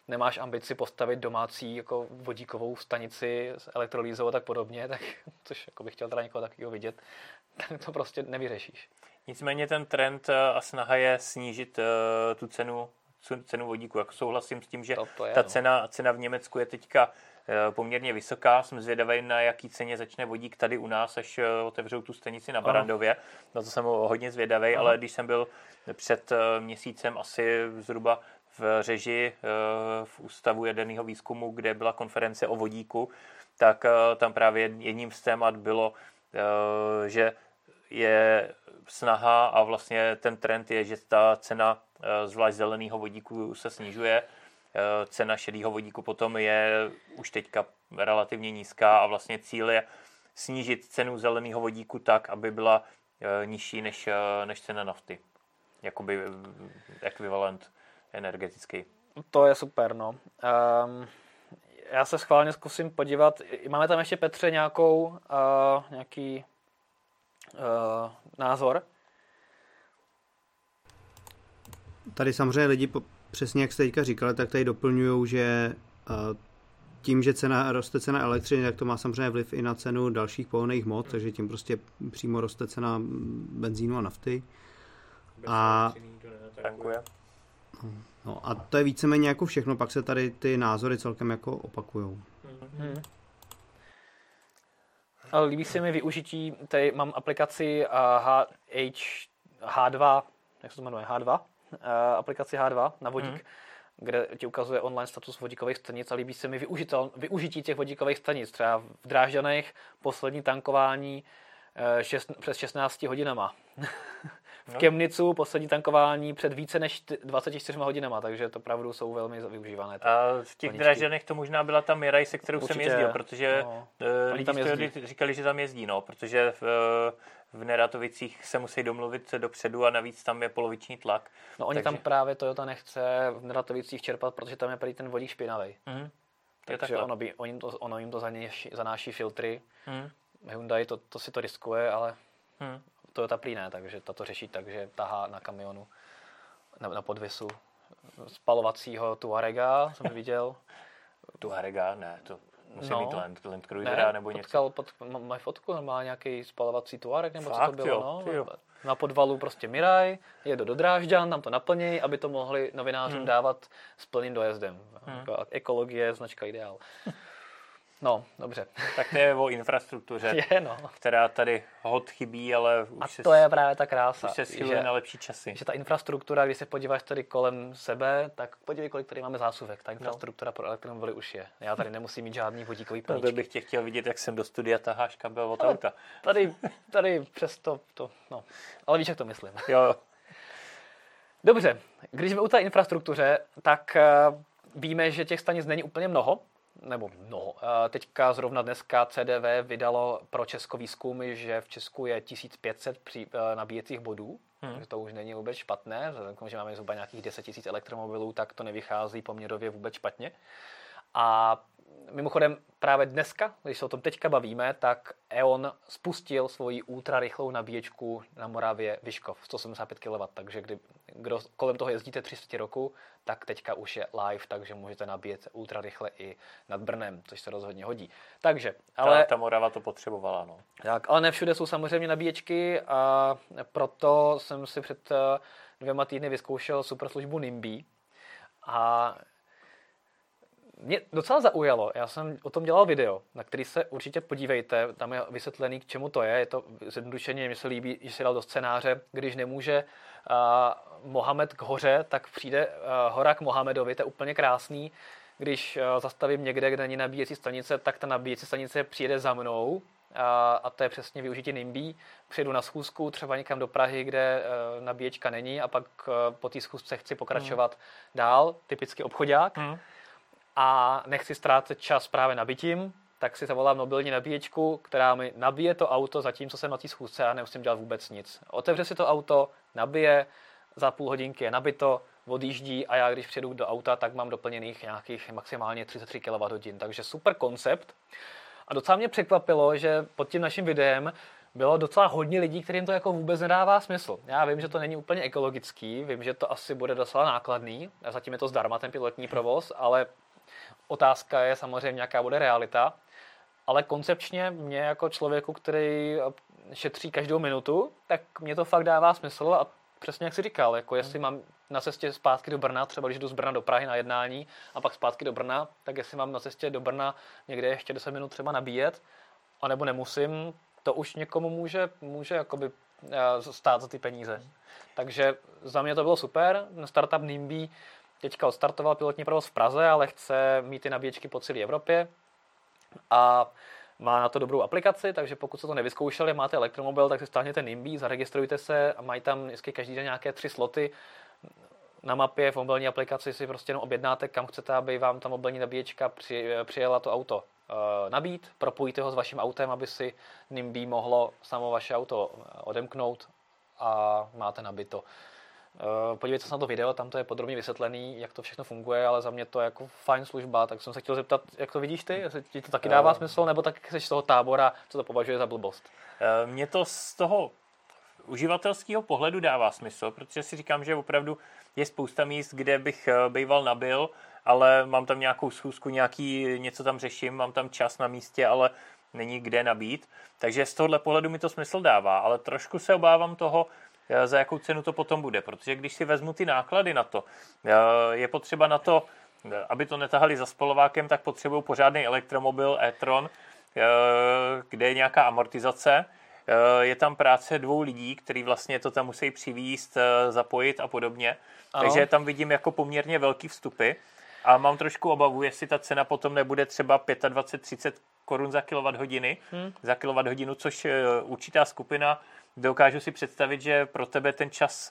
nemáš ambici postavit domácí jako vodíkovou stanici s elektrolýzou a tak podobně, tak, což jako bych chtěl teda někoho takového vidět, tak to prostě nevyřešíš. Nicméně ten trend a snaha je snížit uh, tu cenu, cenu vodíku. Jako souhlasím s tím, že to, to je, ta no. cena, cena v Německu je teďka uh, poměrně vysoká. Jsem zvědavý, na jaký ceně začne vodík tady u nás, až uh, otevřou tu stanici na Barrandově. Na to jsem hodně zvědavý, Aha. ale když jsem byl před uh, měsícem asi zhruba v Řeži uh, v Ústavu jaderného výzkumu, kde byla konference o vodíku, tak uh, tam právě jedním z témat bylo, uh, že je snaha a vlastně ten trend je, že ta cena zvlášť zeleného vodíku se snižuje. Cena šedého vodíku potom je už teďka relativně nízká a vlastně cíl je snížit cenu zeleného vodíku tak, aby byla nižší než, než cena nafty. Jakoby ekvivalent energetický. To je super, no. Um, já se schválně zkusím podívat. Máme tam ještě, Petře, nějakou uh, nějaký Uh, názor? Tady samozřejmě lidi, přesně jak jste teďka říkali, tak tady doplňují, že uh, tím, že cena, roste cena elektřiny, tak to má samozřejmě vliv i na cenu dalších pohonných hmot, takže tím prostě přímo roste cena benzínu a nafty. A, no, a to je víceméně jako všechno, pak se tady ty názory celkem jako opakujou. Hmm. Ale líbí se mi využití, tady mám aplikaci H, H, H2, jak se to jmenuje, H dva, uh, aplikaci H dva na vodík, hmm. kde ti ukazuje online status vodíkových stanic a líbí se mi využitel, využití těch vodíkových stanic. Třeba v Drážďanech poslední tankování uh, šest, přes šestnáct hodinama. V no. Chemnicu poslední tankování před více než dvaceti čtyřmi hodinama, takže to opravdu jsou velmi využívané. A v těch Drážďanech to možná byla ta Miraj, se kterou Určitě, jsem jezdil, protože no. uh, lidi tam říkali, že tam jezdí, no, protože v, v Neratovicích se musí domluvit dopředu a navíc tam je poloviční tlak. No oni takže... tam právě Toyota nechce v Neratovicích čerpat, protože tam je prý ten vodík špinavý. Mm. Takže ono, by, ono, jim to, ono jim to zanáší, zanáší filtry. Mm. Hyundai to, to si to riskuje, ale... Mm. Toyota prý ne, takže tato řeší tak, že tahá na kamionu, na, na podvěsu spalovacího Tuarega, jsem viděl. Tuarega? Ne, to musí no, mít Land, Land Cruisera nebo něco. Pod, mají fotku, má nějaký spalovací Tuareg, nebo Fakt, co to bylo, jo, no. Jo. Na podvalu prostě Miraj, jedu do Drážďan, tam to naplnějí, aby to mohli novinářům hmm. dávat s plným dojezdem. Hmm. Ekologie, značka Ideál. No, dobře. Tak to je o infrastruktuře, je, no. která tady hod chybí, ale už a se, to je právě ta krása. Už se schyluje na lepší časy. Že ta infrastruktura, když se podíváš tady kolem sebe, tak podívej, kolik tady máme zásuvek. Ta infrastruktura no. pro elektromobily už je. Já tady nemusím mít žádný vodíkový plníčky. To bych tě chtěl vidět, jak jsem do studia taháš kabel od auta. Tady, tady přesto, to, no. Ale víš, jak to myslím. Jo. Dobře, když jsme u té infrastruktuře, tak uh, víme, že těch stanic není úplně mnoho. Nebo mnoho. Teďka zrovna dneska C D V vydalo pro Česko výzkum, že v Česku je tisíc pět set při, nabíjecích bodů, hmm. takže to už není vůbec špatné. Vzhledem k tomu, že máme zhruba nějakých deset tisíc elektromobilů, tak to nevychází poměrově vůbec špatně. A mimochodem právě dneska, když se o tom teďka bavíme, tak E O N spustil svoji ultrarychlou nabíječku na Moravě Vyškov, sto sedmdesát pět kilowattů, takže kdy, kdo kolem toho jezdíte tři čtvrtě roku, tak teďka už je live, takže můžete nabíjet ultrarychle i nad Brnem, což se rozhodně hodí. Takže, ale... Ta, ta Morava to potřebovala, no. Tak, ale ne všude jsou samozřejmě nabíječky a proto jsem si před dvěma týdny vyzkoušel superslužbu Nimby a mě docela zaujalo, já jsem o tom dělal video, na který se určitě podívejte, tam je vysvětlený, k čemu to je, je to zjednodušeně, mně se líbí, že se dal do scénáře, když nemůže uh, Mohamed k hoře, tak přijde uh, hora k Mohamedovi, to je úplně krásný, když uh, zastavím někde, kde není nabíjecí stanice, tak ta nabíjecí stanice přijede za mnou uh, a to je přesně využití Nimby, přijedu na schůzku, třeba někam do Prahy, kde uh, nabíječka není a pak uh, po té schůzce chci pokračovat hmm. dál, typicky obchodák. Hmm. A nechci ztrácet čas právě nabitím, tak si zavolám mobilní nabíječku, která mi nabije to auto, zatímco jsem na té schůzce a nemusím dělat vůbec nic. Otevře si to auto, nabije, za půl hodinky je nabito, odjíždí a já když přijedu do auta, tak mám doplněných nějakých maximálně třicet tři kilowatthodin. Takže super koncept. A docela mě překvapilo, že pod tím naším videem bylo docela hodně lidí, kterým to jako vůbec nedává smysl. Já vím, že to není úplně ekologický, vím, že to asi bude docela nákladný, a zatím je to zdarma ten pilotní provoz, ale otázka je samozřejmě, jaká bude realita. Ale koncepčně mě jako člověku, který šetří každou minutu, tak mě to fakt dává smysl a přesně jak jsi říkal, jako jestli mám na cestě zpátky do Brna, třeba když jdu z Brna do Prahy na jednání a pak zpátky do Brna, tak jestli mám na cestě do Brna někde ještě deset minut třeba nabíjet, anebo nemusím, to už někomu může, může jakoby stát za ty peníze. Takže za mě to bylo super. Startup Nimby teďka odstartoval pilotní provoz v Praze, ale chce mít ty nabíječky po celé Evropě a má na to dobrou aplikaci, takže pokud jste to nevyzkoušeli, máte elektromobil, tak si stáhněte Nimby, zaregistrujte se a mají tam vždycky každý den nějaké tři sloty. Na mapě v mobilní aplikaci si prostě jenom objednáte, kam chcete, aby vám ta mobilní nabíječka při, přijela to auto e, nabít, propojíte ho s vaším autem, aby si Nimby mohlo samo vaše auto odemknout a máte nabito. E, podívejte se na to video, tam to je podrobně vysvětlený, jak to všechno funguje, ale za mě to je jako fajn služba, tak jsem se chtěl zeptat, jak to vidíš ty, jestli ti to taky dává smysl, nebo tak jsi z toho tábora, co to považuje za blbost? E, mně to z toho uživatelského pohledu dává smysl, protože si říkám, že opravdu je spousta míst, kde bych býval nabil, ale mám tam nějakou schůzku, nějaký, něco tam řeším, mám tam čas na místě, ale není kde nabít. Takže z tohohle pohledu mi to smysl dává, ale trošku se obávám toho, za jakou cenu to potom bude, protože když si vezmu ty náklady na to, je potřeba na to, aby to netahali za spalovákem, tak potřebují pořádný elektromobil e-tron, kde je nějaká amortizace. Je tam práce dvou lidí, kteří vlastně to tam musí přivízt, zapojit a podobně. Ano. Takže tam vidím jako poměrně velký vstupy a mám trošku obavu, jestli ta cena potom nebude třeba dvacet pět třicet korun za kilowatthodiny, hmm. za kilowatthodinu, což určitá skupina, dokážu si představit, že pro tebe ten čas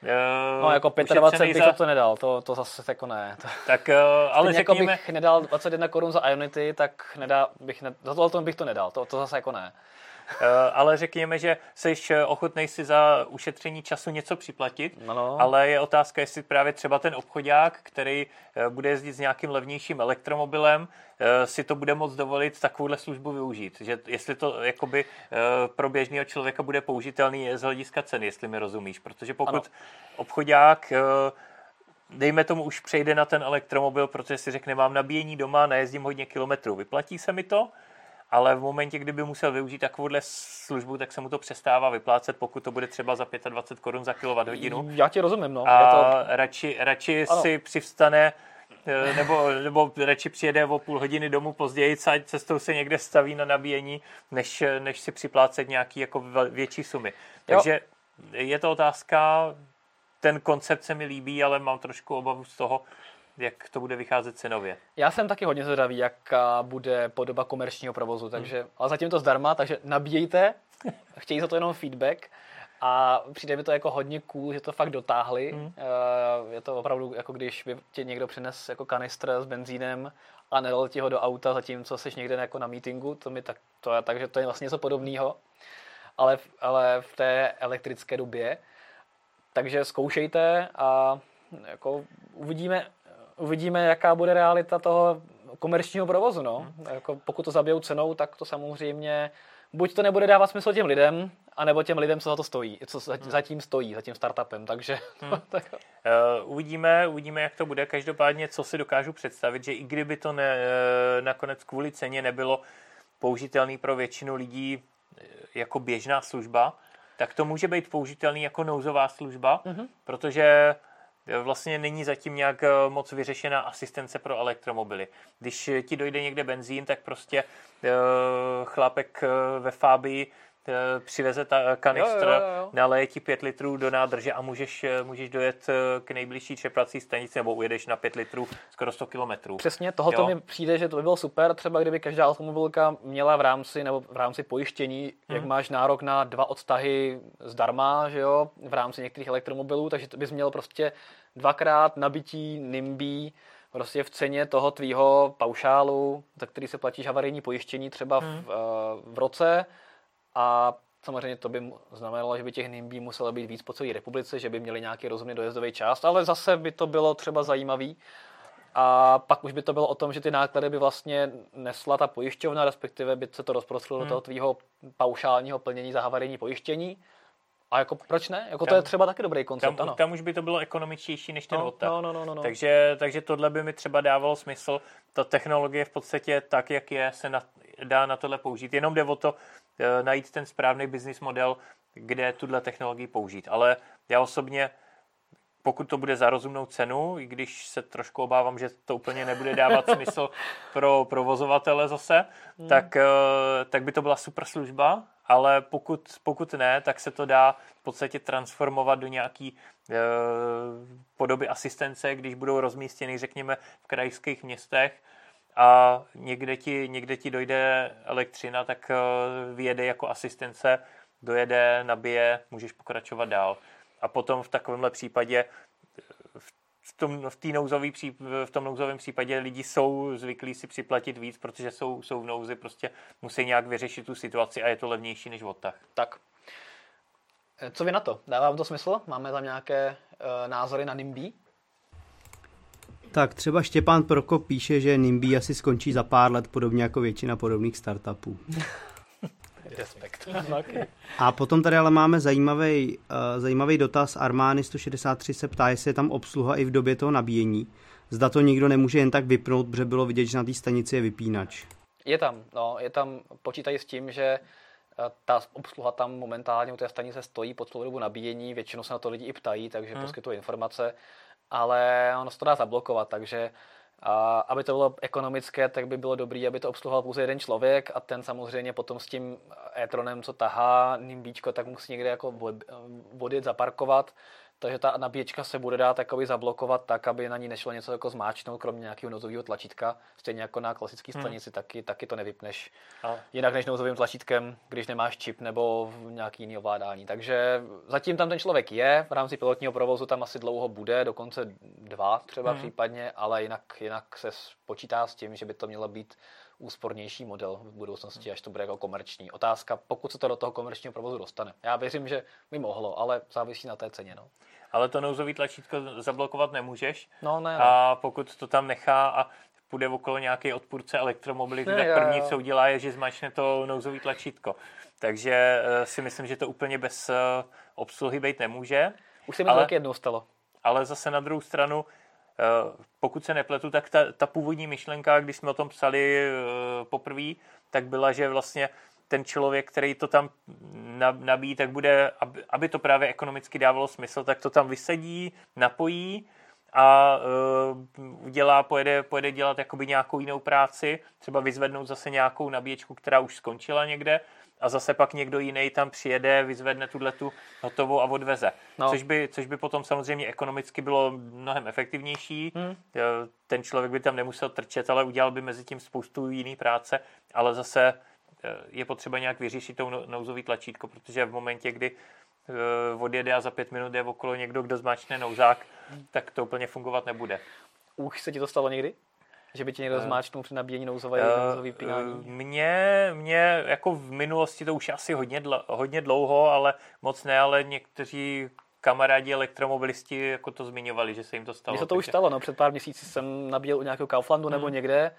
no jako dvacet pět bych za... to nedal, to, to zase jako ne. Tak, ale řekněme... bych nedal dvacet jedna korun za Ionity, tak nedá, bych ne... za tohle bych to nedal, to, to zase jako ne. Ale řekněme, že jsi ochotnej si za ušetření času něco připlatit, no no. Ale je otázka, jestli právě třeba ten obchodák, který bude jezdit s nějakým levnějším elektromobilem, si to bude moct dovolit takovouhle službu využít. Že jestli to jakoby pro běžného člověka bude použitelný z hlediska ceny, jestli mi rozumíš. Protože pokud ano. obchodák dejme tomu už přejde na ten elektromobil, protože si řekne, mám nabíjení doma, najezdím hodně kilometrů, vyplatí se mi to? Ale v momentě, kdyby musel využít takovouhle službu, tak se mu to přestává vyplácet, pokud to bude třeba za dvacet pět korun za kilowatthodinu. Já ti rozumím, no. A je to... radši, radši si přivstane, nebo, nebo radši přijede o půl hodiny domů později, a cestou se někde staví na nabíjení, než, než si připlácet nějaký jako větší sumy. Takže jo. Je to otázka, ten koncept se mi líbí, ale mám trošku obavu z toho, jak to bude vycházet cenově. Já jsem taky hodně zvědavý, jaká bude podoba komerčního provozu, takže, hmm. ale zatím to zdarma, takže nabíjejte, chtějí za to jenom feedback a přijde mi to jako hodně cool, že to fakt dotáhli. Hmm. Je to opravdu jako když by ti někdo přines jako kanistr s benzínem a nedal ti ho do auta, zatímco jsi někde jako na meetingu, to mi tak, to je, takže to je vlastně něco podobného, ale, ale v té elektrické době. Takže zkoušejte a jako uvidíme, Uvidíme, jaká bude realita toho komerčního provozu. No. Jako pokud to zabijou cenou, tak to samozřejmě buď to nebude dávat smysl těm lidem, anebo těm lidem, co za to stojí, co za tím stojí, za tím startupem. Takže hmm. tak... uh, uvidíme, uvidíme, jak to bude. Každopádně, co si dokážu představit, že i kdyby to ne, nakonec kvůli ceně nebylo použitelný pro většinu lidí jako běžná služba, tak to může být použitelný jako nouzová služba, mm-hmm. protože vlastně není zatím nějak moc vyřešená asistence pro elektromobily. Když ti dojde někde benzín, tak prostě chlápek ve Fabii přiveze ta kanistr, jo, jo, jo. naleje ti pět litrů do nádrže a můžeš, můžeš dojet k nejbližší čerpací stanici nebo ujedeš na pět litrů skoro sto kilometrů. Přesně, tohoto mi přijde, že to by bylo super, třeba kdyby každá automobilka měla v rámci nebo v rámci pojištění, hmm. jak máš nárok na dva odtahy zdarma, že jo, v rámci některých elektromobilů, takže to bys měl prostě dvakrát nabití Nimby prostě v ceně toho tvýho paušálu, za který se platíš havarijní pojištění třeba hmm. v, v roce. A samozřejmě to by znamenalo, že by těch Nimby muselo být víc po celé republice, že by měli nějaký rozumný dojezdový čas, ale zase by to bylo třeba zajímavý. A pak už by to bylo o tom, že ty náklady by vlastně nesla ta pojišťovna, respektive by se to rozprostřelo hmm. do toho tvýho paušálního plnění za havarijní pojištění. A jako proč ne? Jako tam, to je třeba taky dobrý koncept, tam, ano. Tam už by to bylo ekonomičtější než ten no, odtah. No, no, no, no, no. Takže, takže tohle by mi třeba dávalo smysl. Ta technologie v podstatě tak, jak je, se na, dá na tohle použít. Jenom jde o to e, najít ten správný business model, kde tuhle technologii použít. Ale já osobně, pokud to bude za rozumnou cenu, i když se trošku obávám, že to úplně nebude dávat smysl pro provozovatele zase, hmm. tak, e, tak by to byla super služba. Ale pokud, pokud ne, tak se to dá v podstatě transformovat do nějaký e, podoby asistence, když budou rozmístěny, řekněme, v krajských městech a někde ti, někde ti dojde elektřina, tak e, vyjede jako asistence, dojede, nabije, můžeš pokračovat dál. A potom v takovémhle případě v tom, v, tý nouzový, v tom nouzovém případě lidi jsou zvyklí si připlatit víc, protože jsou, jsou v nouzi, prostě musí nějak vyřešit tu situaci a je to levnější než odtah. Tak. Co vy na to? Dává vám to smysl? Máme tam nějaké uh, názory na NIMBY? Tak třeba Štěpán Prokop píše, že NIMBY asi skončí za pár let, podobně jako většina podobných startupů. Respekt. A potom tady ale máme zajímavý, uh, zajímavý dotaz. Armány sto šedesát tři se ptá, jestli je tam obsluha i v době toho nabíjení. Zda to nikdo nemůže jen tak vypnout, protože bylo vidět, že na té stanici je vypínač. Je tam, no, je tam, počítají s tím, že ta obsluha tam momentálně u té stanice stojí po celou dobu nabíjení, většinou se na to lidi i ptají, takže hmm. poskytují informace, ale ono se to dá zablokovat, takže a aby to bylo ekonomické, tak by bylo dobré, aby to obsluhoval pouze jeden člověk a ten samozřejmě potom s tím e-tronem, co tahá NIMBYčko, tak musí někde jako odjet, zaparkovat. Takže ta nabíječka se bude dát takový zablokovat tak, aby na ní nešlo něco jako zmáčknout, kromě nějakého nouzového tlačítka. Stejně jako na klasické stanici, hmm. taky, taky to nevypneš. A. Jinak než nouzovým tlačítkem, když nemáš čip nebo nějaký jiný ovládání. Takže zatím tam ten člověk je, v rámci pilotního provozu tam asi dlouho bude, dokonce dva třeba hmm. případně, ale jinak, jinak se počítá s tím, že by to mělo být úspornější model v budoucnosti, až to bude jako komerční. Otázka, pokud se to do toho komerčního provozu dostane. Já věřím, že by mohlo, ale závisí na té ceně. No. Ale to nouzový tlačítko zablokovat nemůžeš. No, ne, ne. A pokud to tam nechá a půjde okolo nějaký odpůrce elektromobility, ne, tak první, já, já. co udělá, je, že zmačne to nouzový tlačítko. Takže uh, si myslím, že to úplně bez uh, obsluhy být nemůže. Už se mi to taky jednou stalo. Ale zase na druhou stranu, uh, pokud se nepletu, tak ta, ta původní myšlenka, když jsme o tom psali uh, poprvé, tak byla, že vlastně ten člověk, který to tam nabíjí, tak bude, aby, aby to právě ekonomicky dávalo smysl, tak to tam vysadí, napojí a uh, udělá, pojede, pojede dělat jakoby nějakou jinou práci, třeba vyzvednout zase nějakou nabíječku, která už skončila někde a zase pak někdo jiný tam přijede, vyzvedne tuhletu hotovou a odveze. No. Což by, což by potom samozřejmě ekonomicky bylo mnohem efektivnější. Hmm. Ten člověk by tam nemusel trčet, ale udělal by mezi tím spoustu jiný práce, ale zase je potřeba nějak vyřešit to nouzový tlačítko, protože v momentě, kdy odjede a za pět minut je okolo někdo, kdo zmáčkne nouzák, tak to úplně fungovat nebude. Už se ti to stalo někdy? Že by ti někdo zmáčknul při nabíjení nouzové, uh, nouzový pínání? Mně, mně jako v minulosti, to už je asi hodně, dl- hodně dlouho, ale moc ne, ale někteří kamarádi elektromobilisti jako to zmiňovali, že se jim to stalo. Mně se to takže... už stalo, no, před pár měsíci jsem nabíjel u nějakého Kauflandu hmm. nebo někde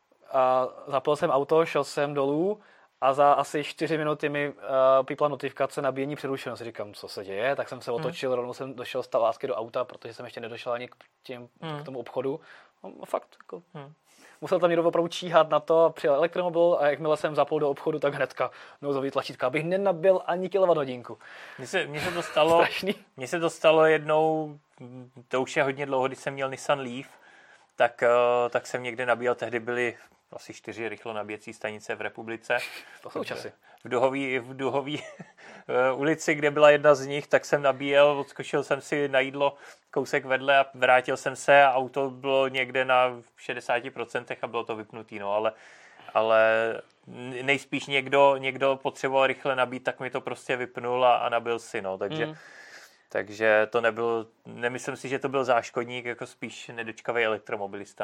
a zapil jsem auto, šel jsem dolů a za asi čtyři minuty mi uh, pípla notifikace nabíjení přerušeno. Si říkám, co se děje, tak jsem se otočil, hmm. rovnou jsem došel z lásky do auta, protože jsem ještě nedošel ani k, těm, hmm. k tomu obchodu. No, fakt, jako, hmm. musel tam někdo opravdu číhat na to, přijel elektromobil a jakmile jsem zapl do obchodu, tak hnedka nouzový tlačítka, abych nenabil ani kilowatthodinku. Mně se, mně se to stalo, mně se to stalo jednou, to už je hodně dlouho, když jsem měl Nissan Leaf, tak, tak jsem někde nabíjel, tehdy byly asi čtyři rychlo nabíjecí stanice v republice. To jsou časy. V Duhový, v Duhový ulici, kde byla jedna z nich, tak jsem nabíjel, odskočil jsem si na jídlo kousek vedle a vrátil jsem se a auto bylo někde na šedesát procent a bylo to vypnutý, no, ale, ale nejspíš někdo, někdo potřeboval rychle nabít, tak mi to prostě vypnul a, a nabil si, no, takže mm. takže to nebyl, nemyslím si, že to byl záškodník, jako spíš nedočkavý elektromobilista.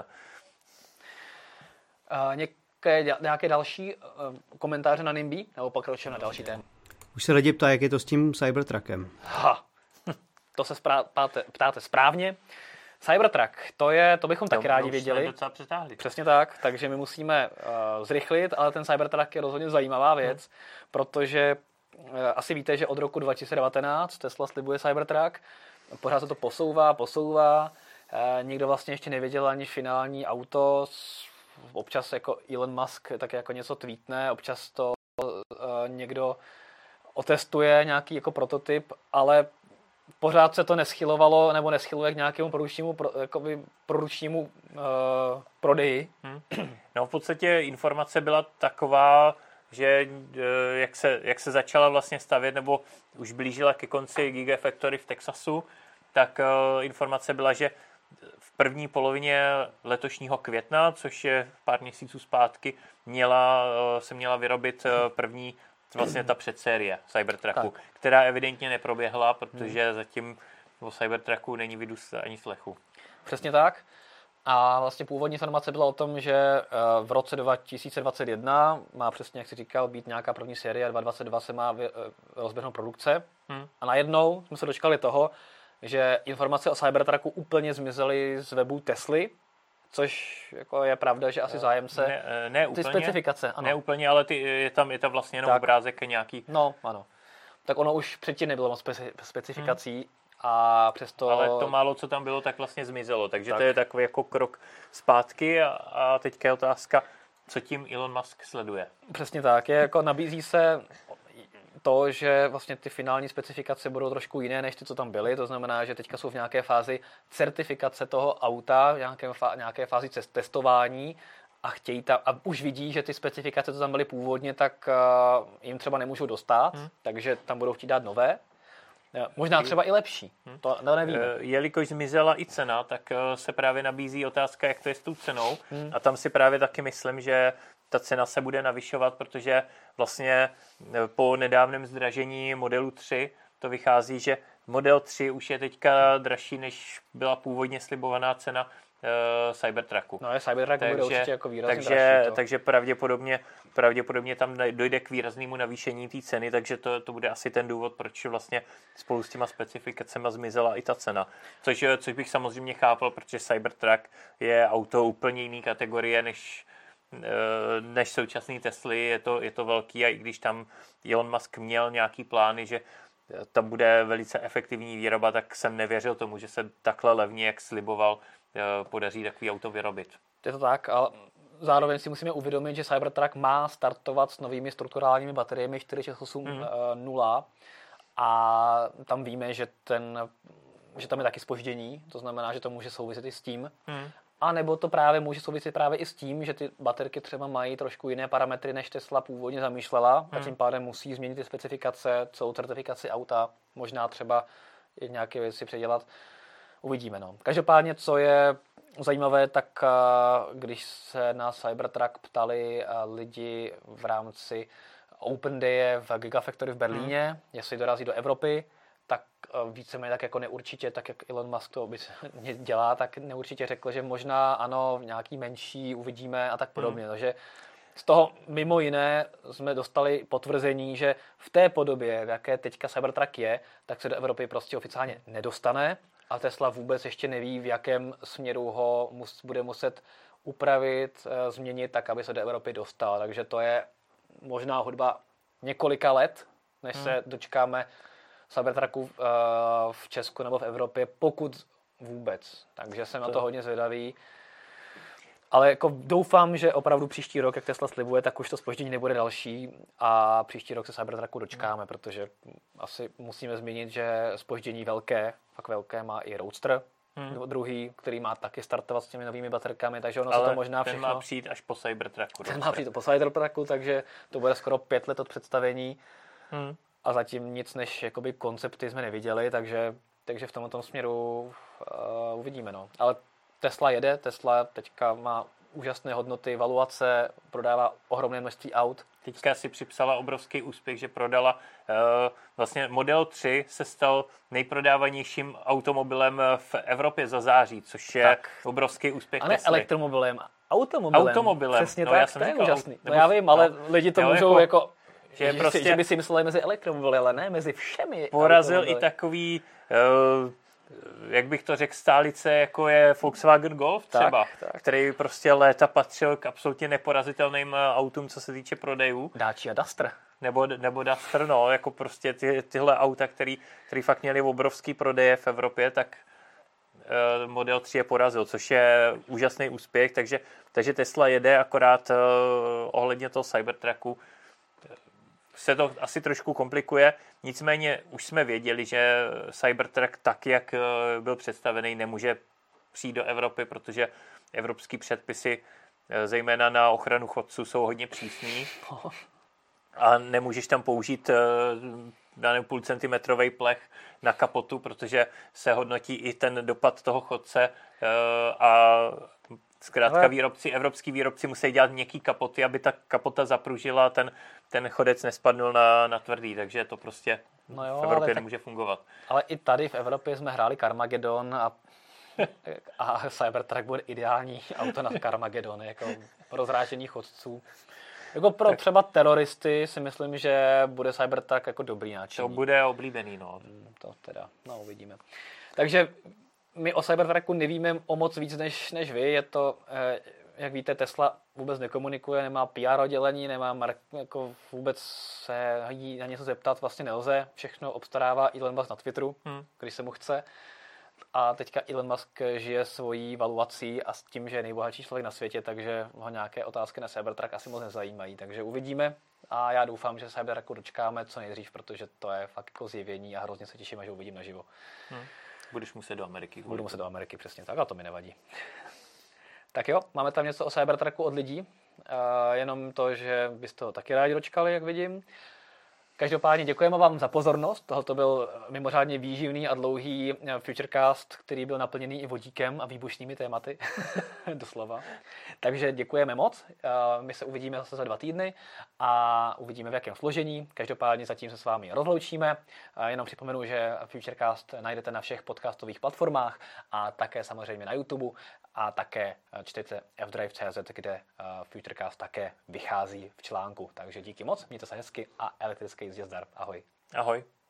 Uh, nějaké, nějaké další uh, komentáře na NIMBY? Nebo pokročíme na další téma? Už se lidi ptá, jak je to s tím Cybertruckem. Ha, to se sprá- ptáte, ptáte správně. Cybertruck, to je, to bychom to, taky rádi to věděli. Docela přetáhli. Přesně tak, takže my musíme uh, zrychlit, ale ten Cybertruck je rozhodně zajímavá věc, hmm. protože uh, asi víte, že od roku dva tisíce devatenáct Tesla slibuje Cybertruck, pořád se to posouvá, posouvá, uh, nikdo vlastně ještě nevěděl ani finální auto, občas jako Elon Musk tak jako něco tweetne, občas to uh, někdo otestuje, nějaký jako prototyp, ale pořád se to neschylovalo nebo neschyluje k nějakému produkčnímu, pro, jakoby produkčnímu uh, prodeji. Hmm. No v podstatě informace byla taková, že uh, jak se, jak se začala vlastně stavět nebo už blížila ke konci Gigafactory v Texasu, tak uh, informace byla, že v první polovině letošního května, což je pár měsíců zpátky, měla, uh, se měla vyrobit uh, první vlastně ta předsérie Cybertrucku, tak. která evidentně neproběhla, protože hmm. zatím o Cybertrucku není vidu ani slechu. Přesně tak. A vlastně původní informace byla o tom, že v roce dva tisíce dvacet jedna má přesně, jak jsi říkal, být nějaká první série a dva tisíce dvacet dva se má rozběhnout produkce. Hmm. A najednou jsme se dočkali toho, že informace o Cybertrucku úplně zmizely z webu Tesly, což jako je pravda, že asi zájemce. Ne, ne ty úplně, specifikace, ano. Ne úplně, ale ty, je, tam, je tam vlastně jenom tak. obrázek nějaký. No, ano. Tak ono už předtím nebylo moc speci- specifikací hmm. a přesto... Ale to málo, co tam bylo, tak vlastně zmizelo. Takže tak. to je takový jako krok zpátky a, a teďka je otázka, co tím Elon Musk sleduje. Přesně tak. Je jako nabízí se to, že vlastně ty finální specifikace budou trošku jiné, než ty, co tam byly. To znamená, že teďka jsou v nějaké fázi certifikace toho auta, v nějaké, fá- nějaké fázi testování a chtějí ta, a už vidí, že ty specifikace, co tam byly původně, tak uh, jim třeba nemůžou dostat, hmm. takže tam budou chtít dát nové. Možná třeba i lepší, hmm. to, to nevíme. Jelikož zmizela i cena, tak se právě nabízí otázka, jak to je s tou cenou. Hmm. A tam si právě taky myslím, že ta cena se bude navyšovat, protože vlastně po nedávném zdražení modelu tři to vychází, že model tři už je teďka dražší, než byla původně slibovaná cena uh, Cybertrucku. No je Cybertruck takže, bude určitě jako výrazně takže, dražší. To. Takže pravděpodobně, pravděpodobně tam dojde k výraznému navýšení té ceny, takže to, to bude asi ten důvod, proč vlastně spolu s těma specifikacemi zmizela i ta cena. Což, což bych samozřejmě chápal, protože Cybertruck je auto úplně jiný kategorie, než než současný Tesly, je to, je to velký a i když tam Elon Musk měl nějaký plány, že tam bude velice efektivní výroba, tak jsem nevěřil tomu, že se takhle levně, jak sliboval, podaří takový auto vyrobit. Je to tak, ale zároveň si musíme uvědomit, že Cybertruck má startovat s novými strukturálními bateriemi čtyři šest osm nula mm. a tam víme, že, ten, že tam je taky zpoždění, to znamená, že to může souviset i s tím. Mm. A nebo to právě může souviset právě i s tím, že ty baterky třeba mají trošku jiné parametry, než Tesla původně zamýšlela hmm. a tím pádem musí změnit ty specifikace, celou certifikaci auta, možná třeba i nějaké věci předělat. Uvidíme, no. Každopádně, co je zajímavé, tak když se na Cybertruck ptali lidi v rámci Open Day v Gigafactory v Berlíně, hmm. jestli dorazí do Evropy, tak víceméně tak jako neurčitě, tak jak Elon Musk to dělá, tak neurčitě řekl, že možná ano, nějaký menší uvidíme a tak podobně. Hmm. Takže z toho mimo jiné jsme dostali potvrzení, že v té podobě, v jaké teďka Cybertruck je, tak se do Evropy prostě oficiálně nedostane a Tesla vůbec ještě neví, v jakém směru ho mus, bude muset upravit, změnit tak, aby se do Evropy dostal. Takže to je možná hudba několika let, než hmm. se dočkáme Cybertrucku v Česku nebo v Evropě, pokud vůbec. Takže jsem to... na to hodně zvědavý. Ale jako doufám, že opravdu příští rok, jak Tesla slibuje, tak už to zpoždění nebude další a příští rok se Cybertrucku dočkáme, hmm. protože asi musíme zmínit, že zpoždění velké, fakt velké má i Roadster, hmm. druhý, který má taky startovat s těmi novými baterkami, takže ono ale se to možná ten všechno... má přijít až po Cybertrucku. Ten má přijít po Cybertrucku, takže to bude skoro pět let od představení. Hmm. A zatím nic než jakoby koncepty jsme neviděli, takže, takže v tomto směru uh, uvidíme. No. Ale Tesla jede, Tesla teďka má úžasné hodnoty, valuace, prodává ohromné množství aut. Teďka si připsala obrovský úspěch, že prodala uh, vlastně Model tři se stal nejprodávanějším automobilem v Evropě za září, což je tak. obrovský úspěch a ne Tesly. elektromobilem, automobilem. Automobilem. Přesně no, tak, já jsem to je říkal, úžasný. No já vím, ale no, lidi to jo, můžou jako... jako že, prostě, že by si mysleli mezi elektromobily, ale ne mezi všemi porazil i takový uh, jak bych to řekl, stálice, jako je Volkswagen Golf třeba, tak, tak. který prostě léta patřil k absolutně neporazitelným autům, co se týče prodejů. Dacia Duster. Nebo, nebo Duster, no, jako prostě ty, tyhle auta, který, který fakt měly obrovský prodeje v Evropě, tak uh, Model tři je porazil, což je úžasný úspěch, takže, takže Tesla jede, akorát uh, ohledně toho Cybertrucku se to asi trošku komplikuje, nicméně už jsme věděli, že Cybertruck tak, jak uh, byl představený, nemůže přijít do Evropy, protože evropský předpisy, uh, zejména na ochranu chodců, jsou hodně přísný. A nemůžeš tam použít daný půl centimetrový plech na kapotu, protože se hodnotí i ten dopad toho chodce a zkrátka výrobci, evropský výrobci musí dělat měkký kapoty, aby ta kapota zapružila, ten, ten chodec nespadnul na, na tvrdý, takže to prostě no jo, v Evropě nemůže tak, fungovat. Ale i tady v Evropě jsme hráli Carmageddon a, a Cybertruck bude ideální auto na Carmageddon, jako rozrážení chodců. Jako pro tak. třeba teroristy si myslím, že bude Cybertruck jako dobrý náčiní. To bude oblíbený, no. To teda, no uvidíme. Takže my o Cybertrucku nevíme o moc víc než, než vy. Je to, jak víte, Tesla vůbec nekomunikuje, nemá P R oddělení, nemá mark, jako vůbec se jí na něco zeptat vlastně nelze. Všechno obstarává Elon Musk na Twitteru, hmm. když se mu chce. A teďka Elon Musk žije svojí valuací a s tím, že je nejbohatší člověk na světě, takže ho nějaké otázky na Cybertruck asi moc nezajímají. Takže uvidíme a já doufám, že Cybertrucku dočkáme co nejdřív, protože to je fakt jako zjevení a hrozně se těším, že uvidím naživo. Hmm. Budeš muset do Ameriky. Budu muset do Ameriky, přesně tak, a to mi nevadí. Tak jo, máme tam něco o Cybertrucku od lidí, uh, jenom to, že byste ho taky rádi dočkali, jak vidím. Každopádně děkujeme vám za pozornost. Tohle byl mimořádně výživný a dlouhý Futurecast, který byl naplněný i vodíkem a výbušnými tématy. Doslova. Takže děkujeme moc. My se uvidíme zase za dva týdny a uvidíme v jakém složení. Každopádně zatím se s vámi rozloučíme. Jenom připomenu, že Futurecast najdete na všech podcastových platformách a také samozřejmě na YouTube a také čtete f drive tečka cz, kde Futurecast také vychází v článku. Takže díky moc, mějte se hezky a elektrický jízdě zdar. Ahoj. Ahoj.